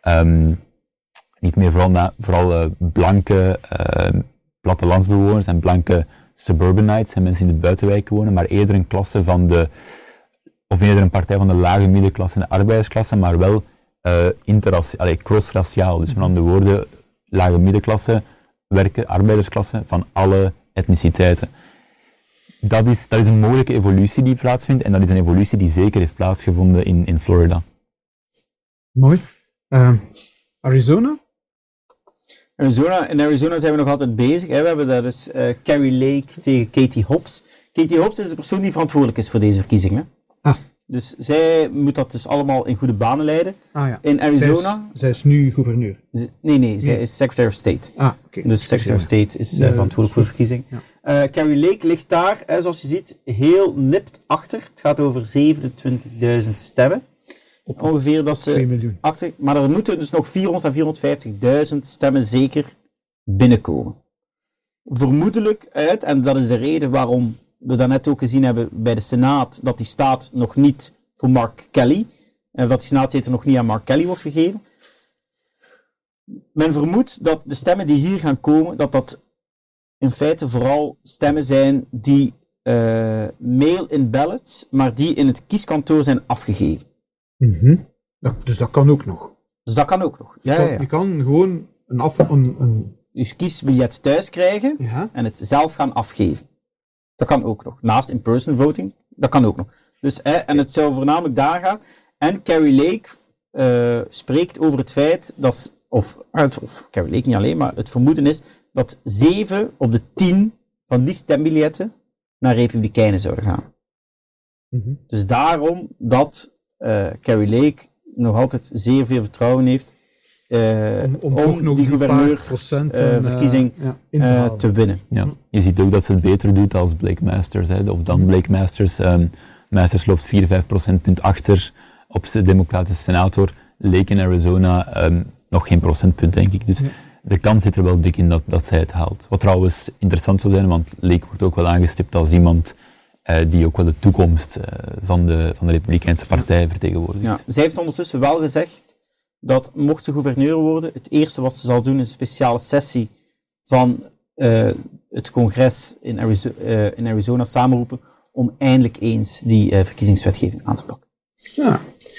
vooral blanke plattelandsbewoners en blanke suburbanites en mensen in de buitenwijken wonen, maar eerder een klasse eerder een partij van de lage middenklasse en de arbeidersklasse, maar wel crossraciaal. Dus met andere woorden, lage middenklasse, arbeidersklasse van alle etniciteiten. Dat is een mogelijke evolutie die plaatsvindt en dat is een evolutie die zeker heeft plaatsgevonden in Florida. Mooi. Arizona? In Arizona zijn we nog altijd bezig. Hè. We hebben daar dus Carrie Lake tegen Katie Hobbs. Katie Hobbs is de persoon die verantwoordelijk is voor deze verkiezingen. Dus zij moet dat dus allemaal in goede banen leiden. In Arizona... Zij is nu gouverneur? Nee, zij is Secretary of State. Okay. Dus Secretary of State is verantwoordelijk voor de verkiezing. Ja. Carrie Lake ligt daar, zoals je ziet, heel nipt achter. Het gaat over 27.000 stemmen. Ongeveer dat ze 2 miljoen. achter... Maar er moeten dus nog 400 à 450.000 stemmen zeker binnenkomen. Vermoedelijk uit, en dat is de reden waarom we daarnet ook gezien hebben bij de Senaat, dat die staat nog niet voor Mark Kelly, en dat die senaatzetel nog niet aan Mark Kelly wordt gegeven. Men vermoedt dat de stemmen die hier gaan komen, dat in feite vooral stemmen zijn die mail-in ballots, maar die in het kieskantoor zijn afgegeven. Dus dat kan ook nog? Dus dat kan ook nog. Ja. Je kan gewoon een dus kiesbiljet thuis krijgen en het zelf gaan afgeven. Dat kan ook nog. Naast in-person voting, dat kan ook nog. Dus, en het zou voornamelijk daar gaan. En Carrie Lake spreekt over het feit dat, of Carrie Lake niet alleen, maar het vermoeden is dat 7 op de 10 van die stembiljetten naar Republikeinen zouden gaan. Dus daarom dat Carrie Lake nog altijd zeer veel vertrouwen heeft om die gouverneursverkiezing te winnen. Ja. Je ziet ook dat ze het beter doet als Blake Masters, of dan Blake Masters. Masters loopt 4-5 procentpunt achter op de democratische senator. Lake in Arizona nog geen procentpunt, denk ik. Dus de kans zit er wel dik in dat zij het haalt. Wat trouwens interessant zou zijn, want Lake wordt ook wel aangestipt als iemand die ook wel de toekomst van de Republikeinse partij vertegenwoordigt. Ja. Zij heeft ondertussen wel gezegd dat mocht ze gouverneur worden, het eerste wat ze zal doen is een speciale sessie van het congres in Arizona samenroepen om eindelijk eens die verkiezingswetgeving aan te pakken. Ja.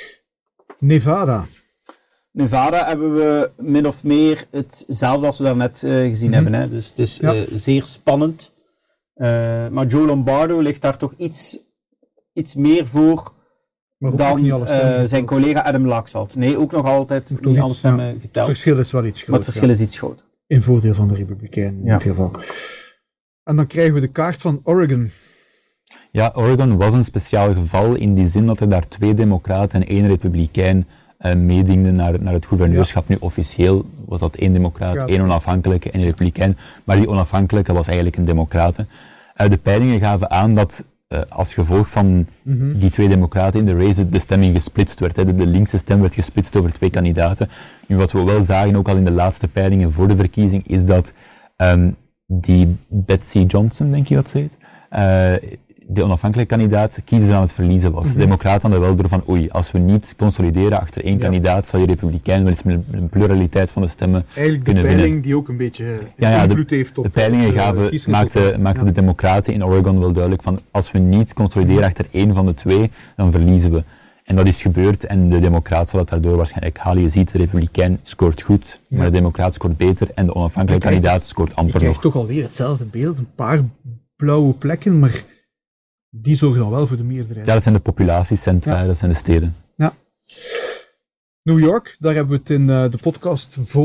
Nevada hebben we min of meer hetzelfde als we daarnet gezien hebben. Hè? Dus het is zeer spannend. Maar Joe Lombardo ligt daar toch iets meer voor dan zijn collega Adam Laxalt. Nee, ook nog altijd niet alle stemmen geteld. Het verschil is wel iets groter. Maar het verschil is iets groter. In voordeel van de Republikeinen in dit geval. En dan krijgen we de kaart van Oregon. Ja, Oregon was een speciaal geval in die zin dat er daar 2 democraten en 1 republikein meedingden naar het gouverneurschap. Nu officieel was dat 1 democraat, 1 onafhankelijke en 1 republikein, maar die onafhankelijke was eigenlijk een democrate. De peilingen gaven aan dat als gevolg van die 2 democraten in de race de stemming gesplitst werd. De linkse stem werd gesplitst over 2 kandidaten. Nu wat we wel zagen, ook al in de laatste peilingen voor de verkiezing, is dat die Betsy Johnson, denk je dat ze heet, de onafhankelijke kandidaat kiezen aan het verliezen was. De democraten hadden wel door van als we niet consolideren achter 1 kandidaat, zal je republikein wel eens met een pluraliteit van de stemmen eigenlijk kunnen winnen. Eigenlijk de peiling die ook een beetje invloed heeft op de peilingen maakten de democraten in Oregon wel duidelijk van als we niet consolideren achter 1 van de 2, dan verliezen we. En dat is gebeurd en de democraat zal het daardoor waarschijnlijk halen. Je ziet, de republikein scoort goed, maar de democraat scoort beter en de onafhankelijke kandidaat scoort amper nog. Je krijgt toch alweer hetzelfde beeld, een paar blauwe plekken, maar die zorgen dan wel voor de meerderheid. Ja, dat zijn de populatiecentra, dat zijn de steden. Ja. New York, daar hebben we het in de podcast voor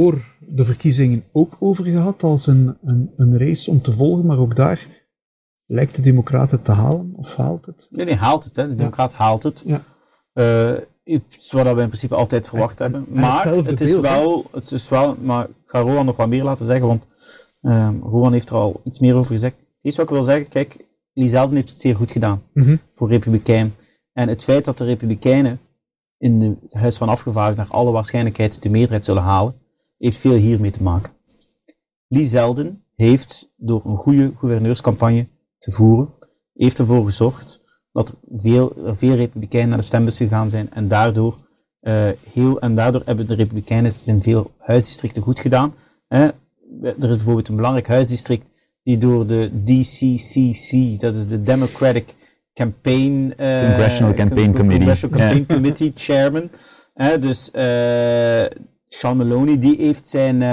de verkiezingen ook over gehad als een race om te volgen, maar ook daar lijkt de Democraten te halen, of haalt het? Nee, haalt het. Hè. De Democraat haalt het. Ja. Iets wat we in principe altijd verwacht hebben. Maar het is wel, maar ik ga Rowan nog wat meer laten zeggen, want Rowan heeft er al iets meer over gezegd. Eerst wat ik wil zeggen, kijk, Lee Zeldin heeft het zeer goed gedaan voor Republikein. En het feit dat de Republikeinen in het Huis van Afgevaardigden naar alle waarschijnlijkheid de meerderheid zullen halen, heeft veel hiermee te maken. Lee Zeldin heeft door een goede gouverneurscampagne te voeren, heeft ervoor gezorgd dat veel Republikeinen naar de stembus gegaan zijn en daardoor hebben de Republikeinen het in veel huisdistricten goed gedaan. Er is bijvoorbeeld een belangrijk huisdistrict die door de DCCC, dat is de Democratic Congressional Campaign Committee Chairman. Dus Sean Maloney, die heeft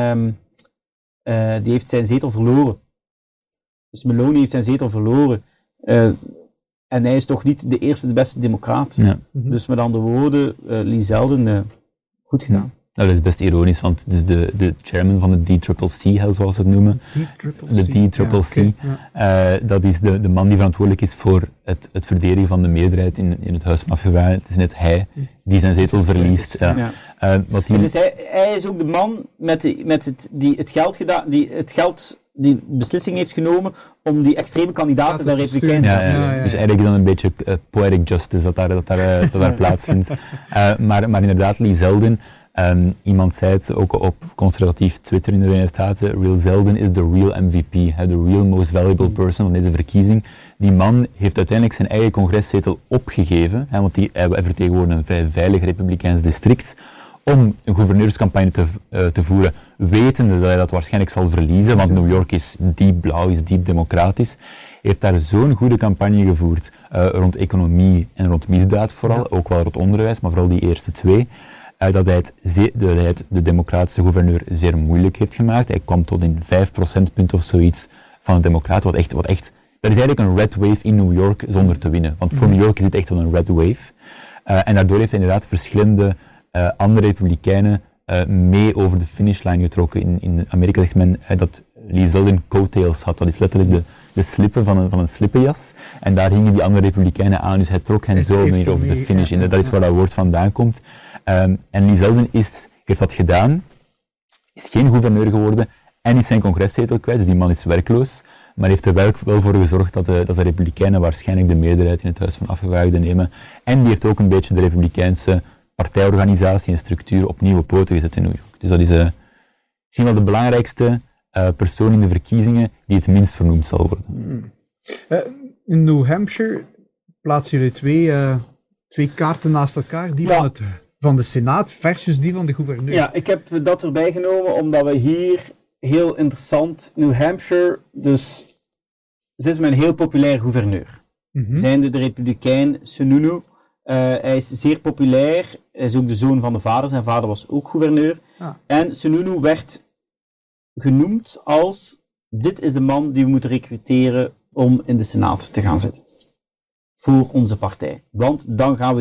zijn zetel verloren. Dus Maloney heeft zijn zetel verloren. En hij is toch niet de eerste, de beste democraat. Ja. Dus met andere woorden, Lee Zeldin, goed gedaan. Nou, dat is best ironisch, want dus de chairman van de DCCC, zoals ze het noemen, de DCCC, dat is de man die verantwoordelijk is voor het verdedigen van de meerderheid in het Huis van Afgevaardigden. Het is net hij die zijn zetel verliest. Hij is ook de man die beslissing heeft genomen om die extreme kandidaten naar Republikeinen te stellen. Dus eigenlijk dan een beetje poetic justice dat daar plaatsvindt. Maar inderdaad, Lee Zeldin, iemand zei het ook op conservatief Twitter in de Verenigde Staten, Real Zeldin is the real MVP, the real most valuable person van deze verkiezing. Die man heeft uiteindelijk zijn eigen congreszetel opgegeven, want hij vertegenwoordigt een vrij veilig Republikeins district, om een gouverneurscampagne te voeren, wetende dat hij dat waarschijnlijk zal verliezen, want New York is diep blauw, is diep democratisch. Hij heeft daar zo'n goede campagne gevoerd rond economie en rond misdaad vooral, ook wel rond onderwijs, maar vooral die eerste twee, dat hij het de democratische gouverneur zeer moeilijk heeft gemaakt. Hij kwam tot in 5 procentpunten of zoiets van de democraten, wat echt, dat is eigenlijk een red wave in New York zonder te winnen, want voor New York is dit echt wel een red wave. En daardoor heeft hij inderdaad verschillende andere republikeinen mee over de finishlijn getrokken. In Amerika zegt men dat Lee Zeldin coattails had. Dat is letterlijk de slippen van een slippenjas. En daar hingen die andere republikeinen aan, dus hij trok hen zo meer over de finish. En dat is waar dat woord vandaan komt. En Lee Zeldin heeft dat gedaan, is geen gouverneur geworden en is zijn congreszetel kwijt, dus die man is werkloos. Maar heeft er wel voor gezorgd dat de republikeinen waarschijnlijk de meerderheid in het Huis van Afgevaardigden nemen. En die heeft ook een beetje de republikeinse partijorganisatie en structuur op nieuwe poten gezet in New York. Dus dat is misschien wel de belangrijkste persoon in de verkiezingen die het minst vernoemd zal worden. In New Hampshire plaatsen jullie twee kaarten naast elkaar, die van de Senaat versus die van de gouverneur. Ja, ik heb dat erbij genomen omdat we hier heel interessant, New Hampshire, dus ze is met een heel populair gouverneur. Zijnde de republikein Sununu. Hij is zeer populair. Hij is ook de zoon van de vader. Zijn vader was ook gouverneur. En Sununu werd genoemd als: dit is de man die we moeten recruteren om in de Senaat te gaan zitten. Voor onze partij. Want dan gaan we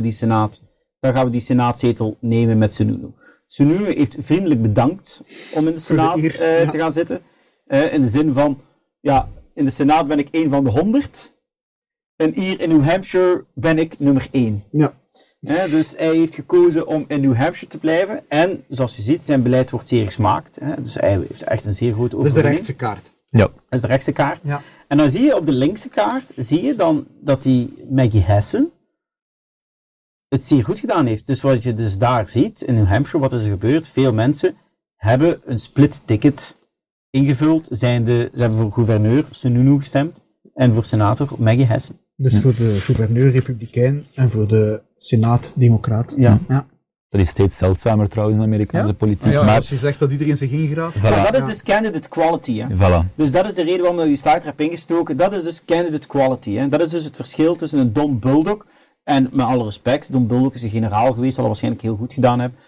die Senaatzetel nemen met Sununu. Sununu heeft vriendelijk bedankt om in de Senaat te gaan zitten. In de zin van, in de Senaat ben ik 1 van de 100. En hier in New Hampshire ben ik nummer 1. Ja. Dus hij heeft gekozen om in New Hampshire te blijven. En zoals je ziet, zijn beleid wordt zeer gesmaakt. Dus hij heeft echt een zeer grote overwinning. Dat is de rechtse kaart. Ja. Dat is de rechtse kaart. Ja. En dan zie je op de linkse kaart, dan dat die Maggie Hassan het zeer goed gedaan heeft. Dus wat je dus daar ziet, in New Hampshire, wat is er gebeurd? Veel mensen hebben een split ticket ingevuld. Ze hebben voor gouverneur Sununu gestemd en voor senator Maggie Hassan. Dus voor de gouverneur republikein en voor de senaat democraat. Ja. Dat is steeds zeldzamer trouwens in de Amerikaanse politiek. Maar als je zegt dat iedereen zich ingraaft. Voilà. Maar dat is dus candidate quality. Hè? Voilà. Dus dat is de reden waarom we die slide heb ingestoken. Dat is dus candidate quality. Hè? Dat is dus het verschil tussen een Don Bullock en, met alle respect, Don Bullock is een generaal geweest, zal dat waarschijnlijk heel goed gedaan hebben.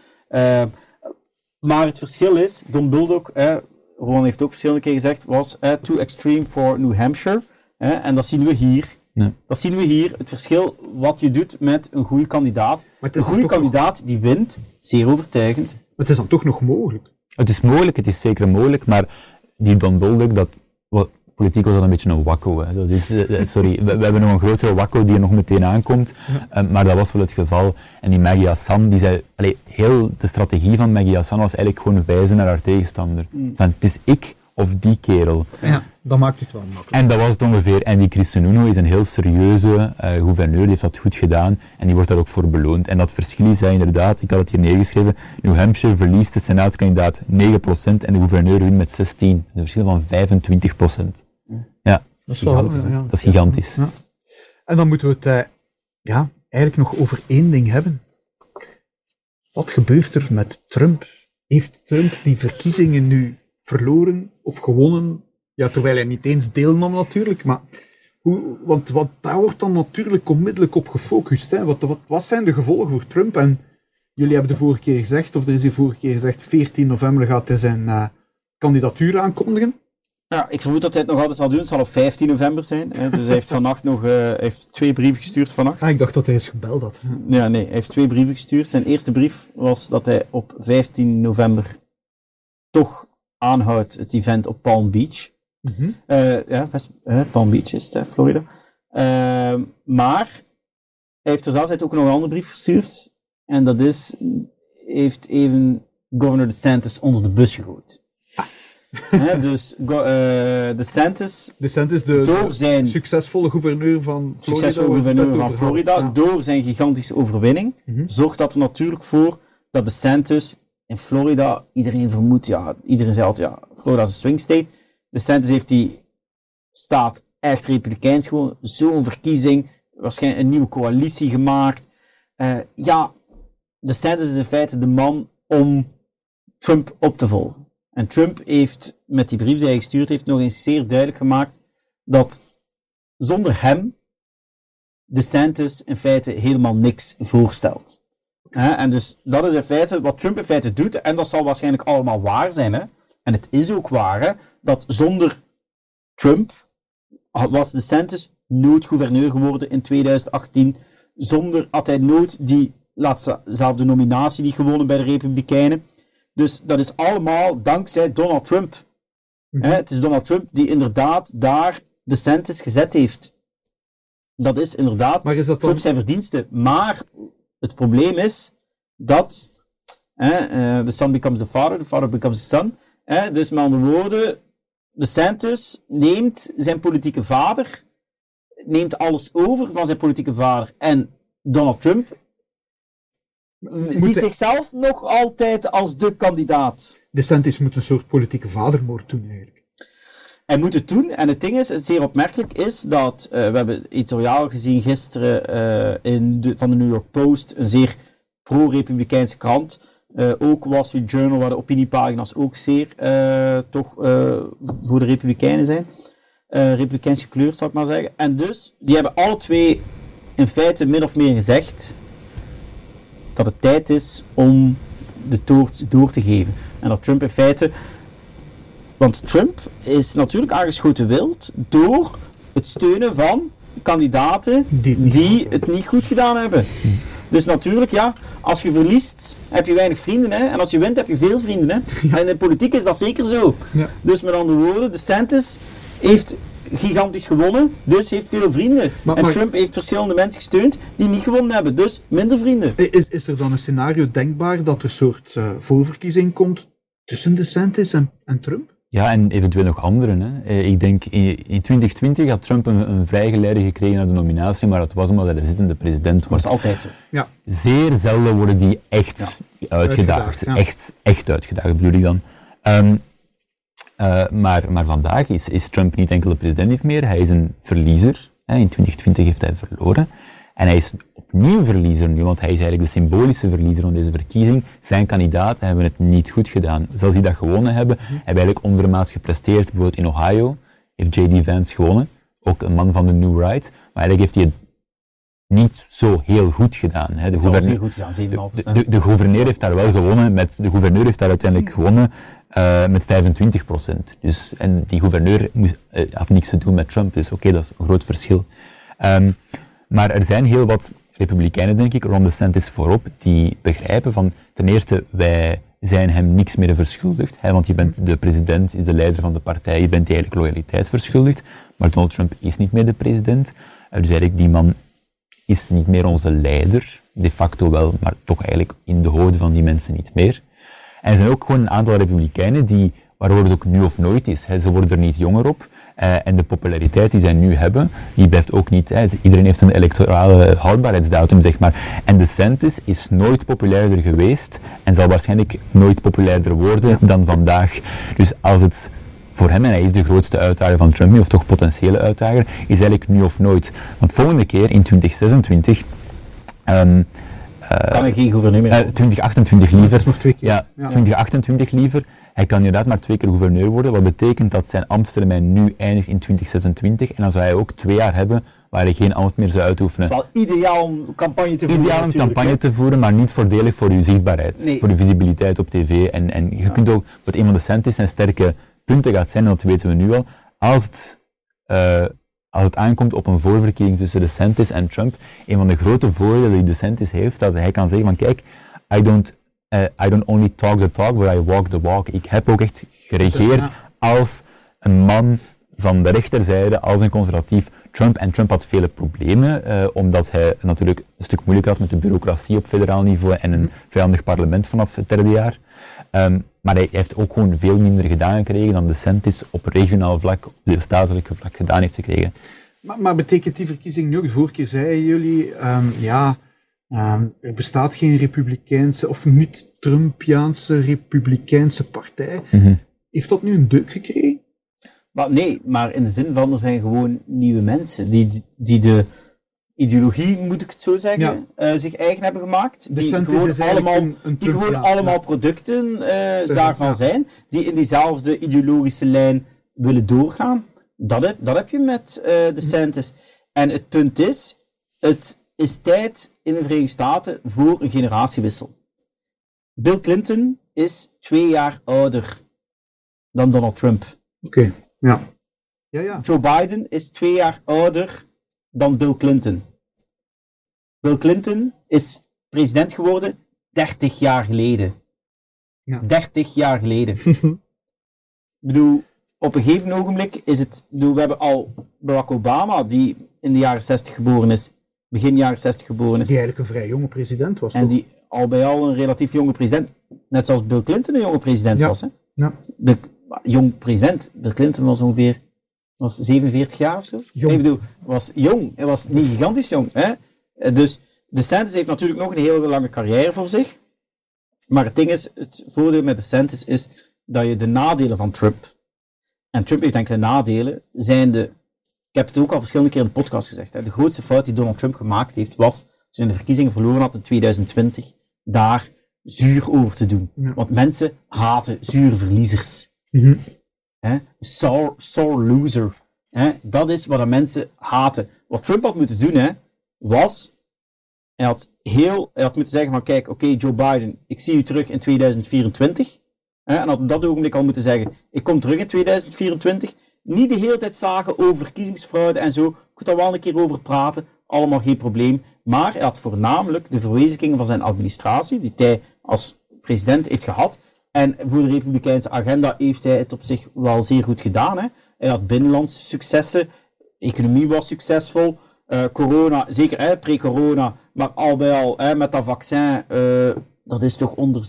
Maar het verschil is, Don Bullock, Ron heeft ook verschillende keer gezegd, was too extreme for New Hampshire. En dat zien we hier. Ja. Dat zien we hier, het verschil wat je doet met een goede kandidaat. Een goede kandidaat die wint, zeer overtuigend, Het is dan toch nog mogelijk. Het is mogelijk, het is zeker mogelijk, maar die Don Bolduc, politiek was dat een beetje een wakko. Hè. Dat is, sorry, we hebben nog een grotere wakko die er nog meteen aankomt, maar dat was wel het geval. En die Maggie Hassan, die zei, heel de strategie van Maggie Hassan was eigenlijk gewoon wijzen naar haar tegenstander. Van, het is ik of die kerel. Ja, dat maakt het wel makkelijk. En dat was het ongeveer. En die Chris Sununu is een heel serieuze gouverneur, die heeft dat goed gedaan en die wordt daar ook voor beloond. En dat verschil is inderdaad, ik had het hier neergeschreven, New Hampshire verliest de senaatskandidaat 9% en de gouverneur wint met 16%. Een verschil van 25%. Ja, dat is gigantisch. Dat is gigantisch. Ja. En dan moeten we het eigenlijk nog over één ding hebben. Wat gebeurt er met Trump? Heeft Trump die verkiezingen nu verloren of gewonnen? Ja, terwijl hij niet eens deelnam natuurlijk, maar want daar wordt dan natuurlijk onmiddellijk op gefocust. Hè? Wat zijn de gevolgen voor Trump? En jullie hebben de vorige keer gezegd, of er is de vorige keer gezegd, 14 november gaat hij zijn kandidatuur aankondigen. Ja, ik vermoed dat hij het nog altijd zal doen. Het zal op 15 november zijn. Hè. Dus hij heeft vannacht nog heeft 2 brieven gestuurd vannacht. Ik dacht dat hij eens gebeld had. Ja, nee, hij heeft 2 brieven gestuurd. Zijn eerste brief was dat hij op 15 november toch aanhoudt het event op Palm Beach. Palm Beach is het, Florida. Maar hij heeft er zelfs ook nog een andere brief gestuurd. En dat heeft even Governor DeSantis onder de bus gegooid. Dus DeSantis, door zijn succesvolle gouverneur van Florida, door zijn gigantische overwinning, zorgt dat er natuurlijk voor dat DeSantis in Florida, iedereen vermoedt, iedereen zei altijd, Florida is een swing state. DeSantis heeft die staat echt republikeins gewoon, zo'n verkiezing, waarschijnlijk een nieuwe coalitie gemaakt. DeSantis is in feite de man om Trump op te volgen. En Trump heeft met die brief die hij gestuurd heeft nog eens zeer duidelijk gemaakt dat zonder hem DeSantis in feite helemaal niks voorstelt. En dus dat is in feite wat Trump in feite doet, en dat zal waarschijnlijk allemaal waar zijn. Hè? En het is ook waar, dat zonder Trump was DeSantis nooit gouverneur geworden in 2018. Had hij nooit diezelfde nominatie die gewonnen bij de Republikeinen. Dus dat is allemaal dankzij Donald Trump. Het is Donald Trump die inderdaad daar DeSantis gezet heeft. Dat is inderdaad Trump zijn verdienste. Maar het probleem is dat the son becomes the father becomes the son. Dus met andere woorden, DeSantis neemt zijn politieke vader, neemt alles over van zijn politieke vader. En Donald Trump ziet zichzelf nog altijd als de kandidaat. DeSantis moet een soort politieke vadermoord doen eigenlijk. Hij moet het doen. En het ding is, het zeer opmerkelijk is dat, we hebben een editoriaal gezien gisteren van de New York Post, een zeer pro-republikeinse krant. Ook Wall Street Journal, waar de opiniepagina's ook zeer voor de Republikeinen zijn. Republikeins gekleurd, zou ik maar zeggen. En dus, die hebben alle twee in feite min of meer gezegd dat het tijd is om de toorts door te geven. En dat Trump in feite... Want Trump is natuurlijk aangeschoten wild door het steunen van kandidaten die het niet goed gedaan hebben. Dus natuurlijk, als je verliest, heb je weinig vrienden. Hè? En als je wint, heb je veel vrienden. Hè? En in de politiek is dat zeker zo. Ja. Dus met andere woorden, DeSantis heeft gigantisch gewonnen, dus heeft veel vrienden. Maar Trump heeft verschillende mensen gesteund die niet gewonnen hebben, dus minder vrienden. Is er dan een scenario denkbaar dat er een soort voorverkiezing komt tussen DeSantis en Trump? Ja, en eventueel nog anderen. Hè. Ik denk, in 2020 had Trump een vrijgeleide gekregen naar de nominatie, maar dat was omdat hij de zittende president was. Dat is altijd zo. Ja. Zeer zelden worden die echt uitgedaagd. Ja. Echt uitgedaagd, bedoel ik dan. Maar vandaag is Trump niet enkel de president meer, hij is een verliezer. In 2020 heeft hij verloren. En hij is opnieuw verliezer nu, want hij is eigenlijk de symbolische verliezer van deze verkiezing. Zijn kandidaten hebben het niet goed gedaan. Zoals die dat gewonnen hebben, hebben eigenlijk ondermaats gepresteerd. Bijvoorbeeld in Ohio heeft J.D. Vance gewonnen, ook een man van de New Right. Maar eigenlijk heeft hij het niet zo heel goed gedaan. Hè. De gouverneur heeft daar wel gewonnen, de gouverneur heeft daar uiteindelijk gewonnen met 25%. Dus, en die gouverneur had niks te doen met Trump, dus oké, dat is een groot verschil. Maar er zijn heel wat republikeinen, denk ik, rond DeSantis voorop, die begrijpen van, ten eerste, wij zijn hem niks meer verschuldigd. Want je bent de president, is de leider van de partij, je bent eigenlijk loyaliteit verschuldigd. Maar Donald Trump is niet meer de president. Dus eigenlijk, die man is niet meer onze leider. De facto wel, maar toch eigenlijk in de hoofden van die mensen niet meer. En er zijn ook gewoon een aantal republikeinen waarvoor het ook nu of nooit is. Ze worden er niet jonger op. En de populariteit die zij nu hebben, die blijft ook niet. Iedereen heeft een electorale houdbaarheidsdatum, zeg maar. En DeSantis is nooit populairder geweest en zal waarschijnlijk nooit populairder worden dan vandaag. Dus als het voor hem, en hij is de grootste uitdager van Trump, of toch potentiële uitdager, is eigenlijk nu of nooit. Want volgende keer, in 2026... kan ik geen gouverneur meer 2028 liever. Nog 2 keer. Ja, 2028 liever. Hij kan inderdaad maar 2 keer gouverneur worden, wat betekent dat zijn ambtstermijn nu eindigt in 2026 en dan zou hij ook 2 jaar hebben waar hij geen ambt meer zou uitoefenen. Het is wel ideaal om campagne te voeren. Ideaal om campagne te voeren, maar niet voordelig voor uw zichtbaarheid, voor uw visibiliteit op tv. En je kunt ook, wat een van DeSantis zijn sterke punten gaat zijn, en dat weten we nu al, als het aankomt op een voorverkiezing tussen DeSantis en Trump, een van de grote voordelen die DeSantis heeft, dat hij kan zeggen van kijk, I don't only talk the talk, but I walk the walk. Ik heb ook echt geregeerd als een man van de rechterzijde, als een conservatief Trump. En Trump had vele problemen, omdat hij natuurlijk een stuk moeilijk had met de bureaucratie op federaal niveau en een vijandig parlement vanaf het 3e jaar. Maar hij heeft ook gewoon veel minder gedaan gekregen dan DeSantis op regionaal vlak, op deelstatelijk vlak gedaan heeft gekregen. Maar betekent die verkiezing nu ook, de vorige keer zeiden jullie, er bestaat geen republikeinse of niet-Trumpiaanse republikeinse partij. Heeft dat nu een deuk gekregen? Nee, maar in de zin van, er zijn gewoon nieuwe mensen die de ideologie, moet ik het zo zeggen, zich eigen hebben gemaakt. Die gewoon allemaal producten daarvan zijn, die in diezelfde ideologische lijn willen doorgaan. Dat heb je met DeSantis. En het punt is, het is tijd in de Verenigde Staten voor een generatiewissel. Bill Clinton is 2 jaar ouder dan Donald Trump. Oké. Ja. Joe Biden is 2 jaar ouder dan Bill Clinton. Bill Clinton is president geworden 30 jaar geleden. Ja. 30 jaar geleden. Ik bedoel, op een gegeven ogenblik is het... we hebben al Barack Obama, die in de jaren 60 geboren is, begin jaren 60 geboren is. Die eigenlijk een vrij jonge president was. En toch? die al bij al een relatief jonge president, net zoals Bill Clinton een jonge president was. Hè? Ja. Jong president, Bill Clinton was ongeveer 47 jaar of zo. Jong. Ik bedoel, was jong. Hij was niet gigantisch jong. Hè? Dus DeSantis heeft natuurlijk nog een hele lange carrière voor zich. Maar het ding is, het voordeel met DeSantis is dat je de nadelen van Trump, en Trump heeft enkele nadelen, zijn ik heb het ook al verschillende keer in de podcast gezegd, hè, de grootste fout die Donald Trump gemaakt heeft, was, toen hij de verkiezingen verloren had in 2020, daar zuur over te doen. Ja. Want mensen haten zure verliezers. Sore loser. Dat is wat de mensen haten. Wat Trump had moeten doen, was, hij had moeten zeggen van, kijk, oké, Joe Biden, ik zie u terug in 2024. En had op dat ogenblik al moeten zeggen, ik kom terug in 2024. Niet de hele tijd zagen over verkiezingsfraude en zo. Ik moet daar wel een keer over praten. Allemaal geen probleem. Maar hij had voornamelijk de verwezenlijkingen van zijn administratie, die hij als president heeft gehad. En voor de Republikeinse agenda heeft hij het op zich wel zeer goed gedaan. Hè. Hij had binnenlandse successen. Economie was succesvol. Corona, zeker pre-corona, maar al bij al met dat vaccin, dat is toch onder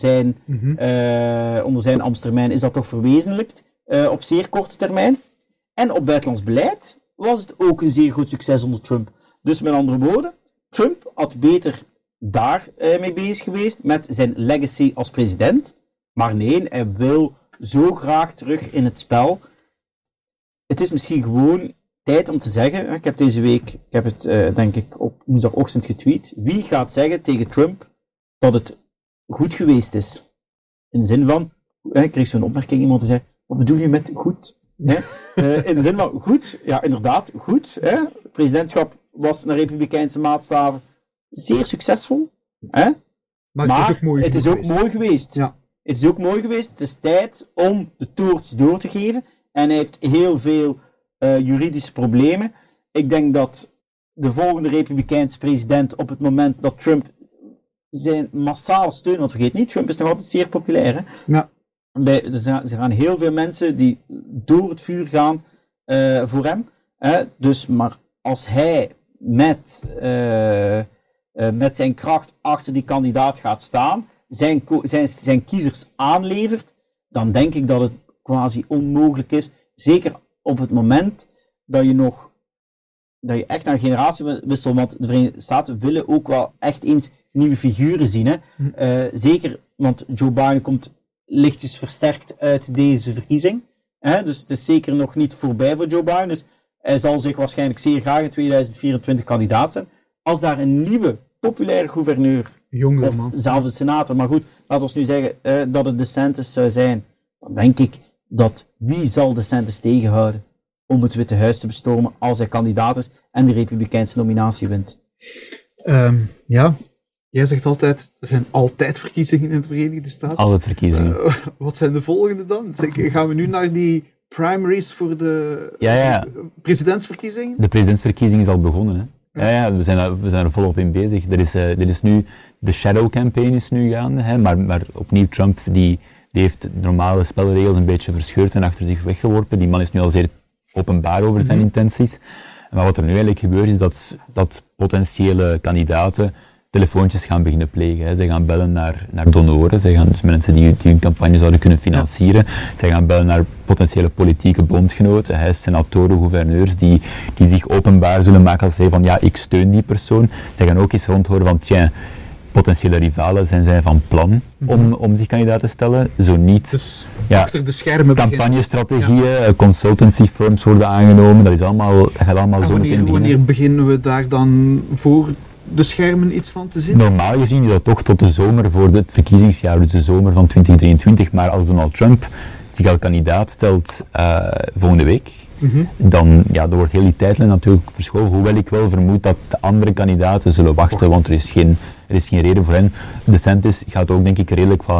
zijn ambtstermijn, is dat toch verwezenlijkt op zeer korte termijn. En op buitenlands beleid was het ook een zeer goed succes onder Trump. Dus met andere woorden, Trump had beter daar mee bezig geweest met zijn legacy als president. Maar nee, hij wil zo graag terug in het spel. Het is misschien gewoon tijd om te zeggen, ik heb deze week, ik heb het denk ik op woensdagochtend getweet, wie gaat zeggen tegen Trump dat het goed geweest is? In de zin van, ik kreeg zo'n opmerking, iemand die zei, wat bedoel je met goed? In de zin van, goed, ja inderdaad, goed. Het presidentschap was naar republikeinse maatstaven zeer succesvol. Maar het is ook mooi geweest. Ja. Het is ook mooi geweest. Het is tijd om de toorts door te geven. En hij heeft heel veel juridische problemen. Ik denk dat de volgende republikeinse president op het moment dat Trump zijn massale steun, want vergeet niet, Trump is nog altijd zeer populair. Hè? Ja. Er gaan heel veel mensen die door het vuur gaan voor hem. Dus, maar als hij met zijn kracht achter die kandidaat gaat staan, zijn kiezers aanlevert, dan denk ik dat het quasi onmogelijk is. Zeker op het moment dat je echt naar een generatiewissel, want de Verenigde Staten willen ook wel echt eens nieuwe figuren zien. Hè? Zeker, want Joe Biden komt lichtjes versterkt uit deze verkiezing. Dus het is zeker nog niet voorbij voor Joe Biden. Dus hij zal zich waarschijnlijk zeer graag in 2024 kandidaat zijn. Als daar een nieuwe, populaire gouverneur, of zelfs een senator, maar goed, laten we nu zeggen dat het DeSantis zou zijn, dan denk ik dat wie zal DeSantis tegenhouden om het Witte Huis te bestormen als hij kandidaat is en de Republikeinse nominatie wint? Ja, jij zegt altijd, er zijn altijd verkiezingen in de Verenigde Staten. Altijd verkiezingen. Wat zijn de volgende dan? Gaan we nu naar die primaries voor de presidentsverkiezingen? De presidentsverkiezing is al begonnen, hè. Ja, we zijn er volop in bezig. Er is nu, de shadow campaign is nu gaande, hè, maar opnieuw Trump, die heeft de normale spelregels een beetje verscheurd en achter zich weggeworpen. Die man is nu al zeer openbaar over zijn intenties. Maar wat er nu eigenlijk gebeurt is dat potentiële kandidaten telefoontjes gaan beginnen plegen. Hè. Zij gaan bellen naar donoren, zij gaan dus mensen die hun campagne zouden kunnen financieren. Zij gaan bellen naar potentiële politieke bondgenoten, senatoren, gouverneurs, die zich openbaar zullen maken als zij van ja, ik steun die persoon. Zij gaan ook eens rondhoren van potentiële rivalen, zijn zij van plan om zich kandidaat te stellen? Zo niet. Dus achter de schermen campagnestrategieën, consultancy firms worden aangenomen, dat gaat allemaal zo meteen beginnen. Wanneer beginnen we daar dan voor de schermen iets van te zien? Normaal gezien is dat toch tot de zomer voor het verkiezingsjaar, dus de zomer van 2023, maar als Donald Trump zich al kandidaat stelt volgende week, dan wordt heel die tijdlijn natuurlijk verschoven, hoewel ik wel vermoed dat de andere kandidaten zullen wachten, want er is geen reden voor hen. DeSantis gaat ook denk ik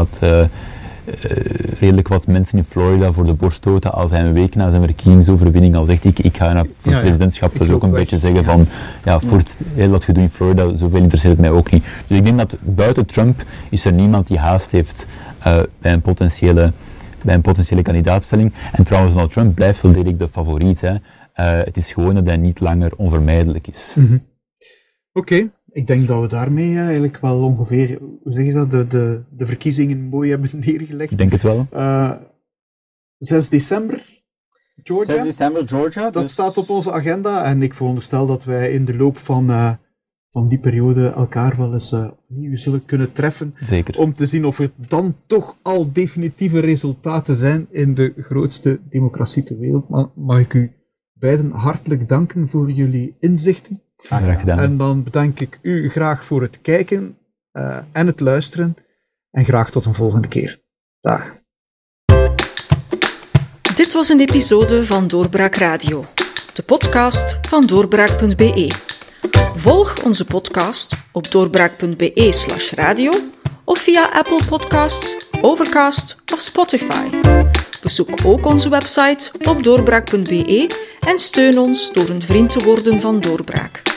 redelijk wat mensen in Florida voor de borst stoten als hij een week na zijn verkiezingsoverwinning al zegt ik ga naar het presidentschap. Dus ook een beetje zeggen van voor heel wat gedoe in Florida, zoveel interesseert het mij ook niet. Dus ik denk dat buiten Trump is er niemand die haast heeft bij een potentiële kandidaatstelling. En trouwens, Donald Trump blijft wel degelijk de favoriet. Hè. Het is gewoon dat hij niet langer onvermijdelijk is. Oké. Ik denk dat we daarmee eigenlijk wel ongeveer, hoe zeg je dat, de verkiezingen mooi hebben neergelegd. Ik denk het wel. 6 december, Georgia. 6 december, Georgia. Dat staat op onze agenda en ik veronderstel dat wij in de loop van die periode elkaar wel eens opnieuw zullen kunnen treffen. Zeker. Om te zien of er dan toch al definitieve resultaten zijn in de grootste democratie ter wereld. Maar mag ik u beiden hartelijk danken voor jullie inzichten. Graag gedaan. En dan bedank ik u graag voor het kijken en het luisteren. En graag tot een volgende keer. Dag. Dit was een episode van Doorbraak Radio, de podcast van doorbraak.be. Volg onze podcast op doorbraak.be/radio of via Apple Podcasts, Overcast of Spotify. Bezoek ook onze website op doorbraak.be en steun ons door een vriend te worden van Doorbraak.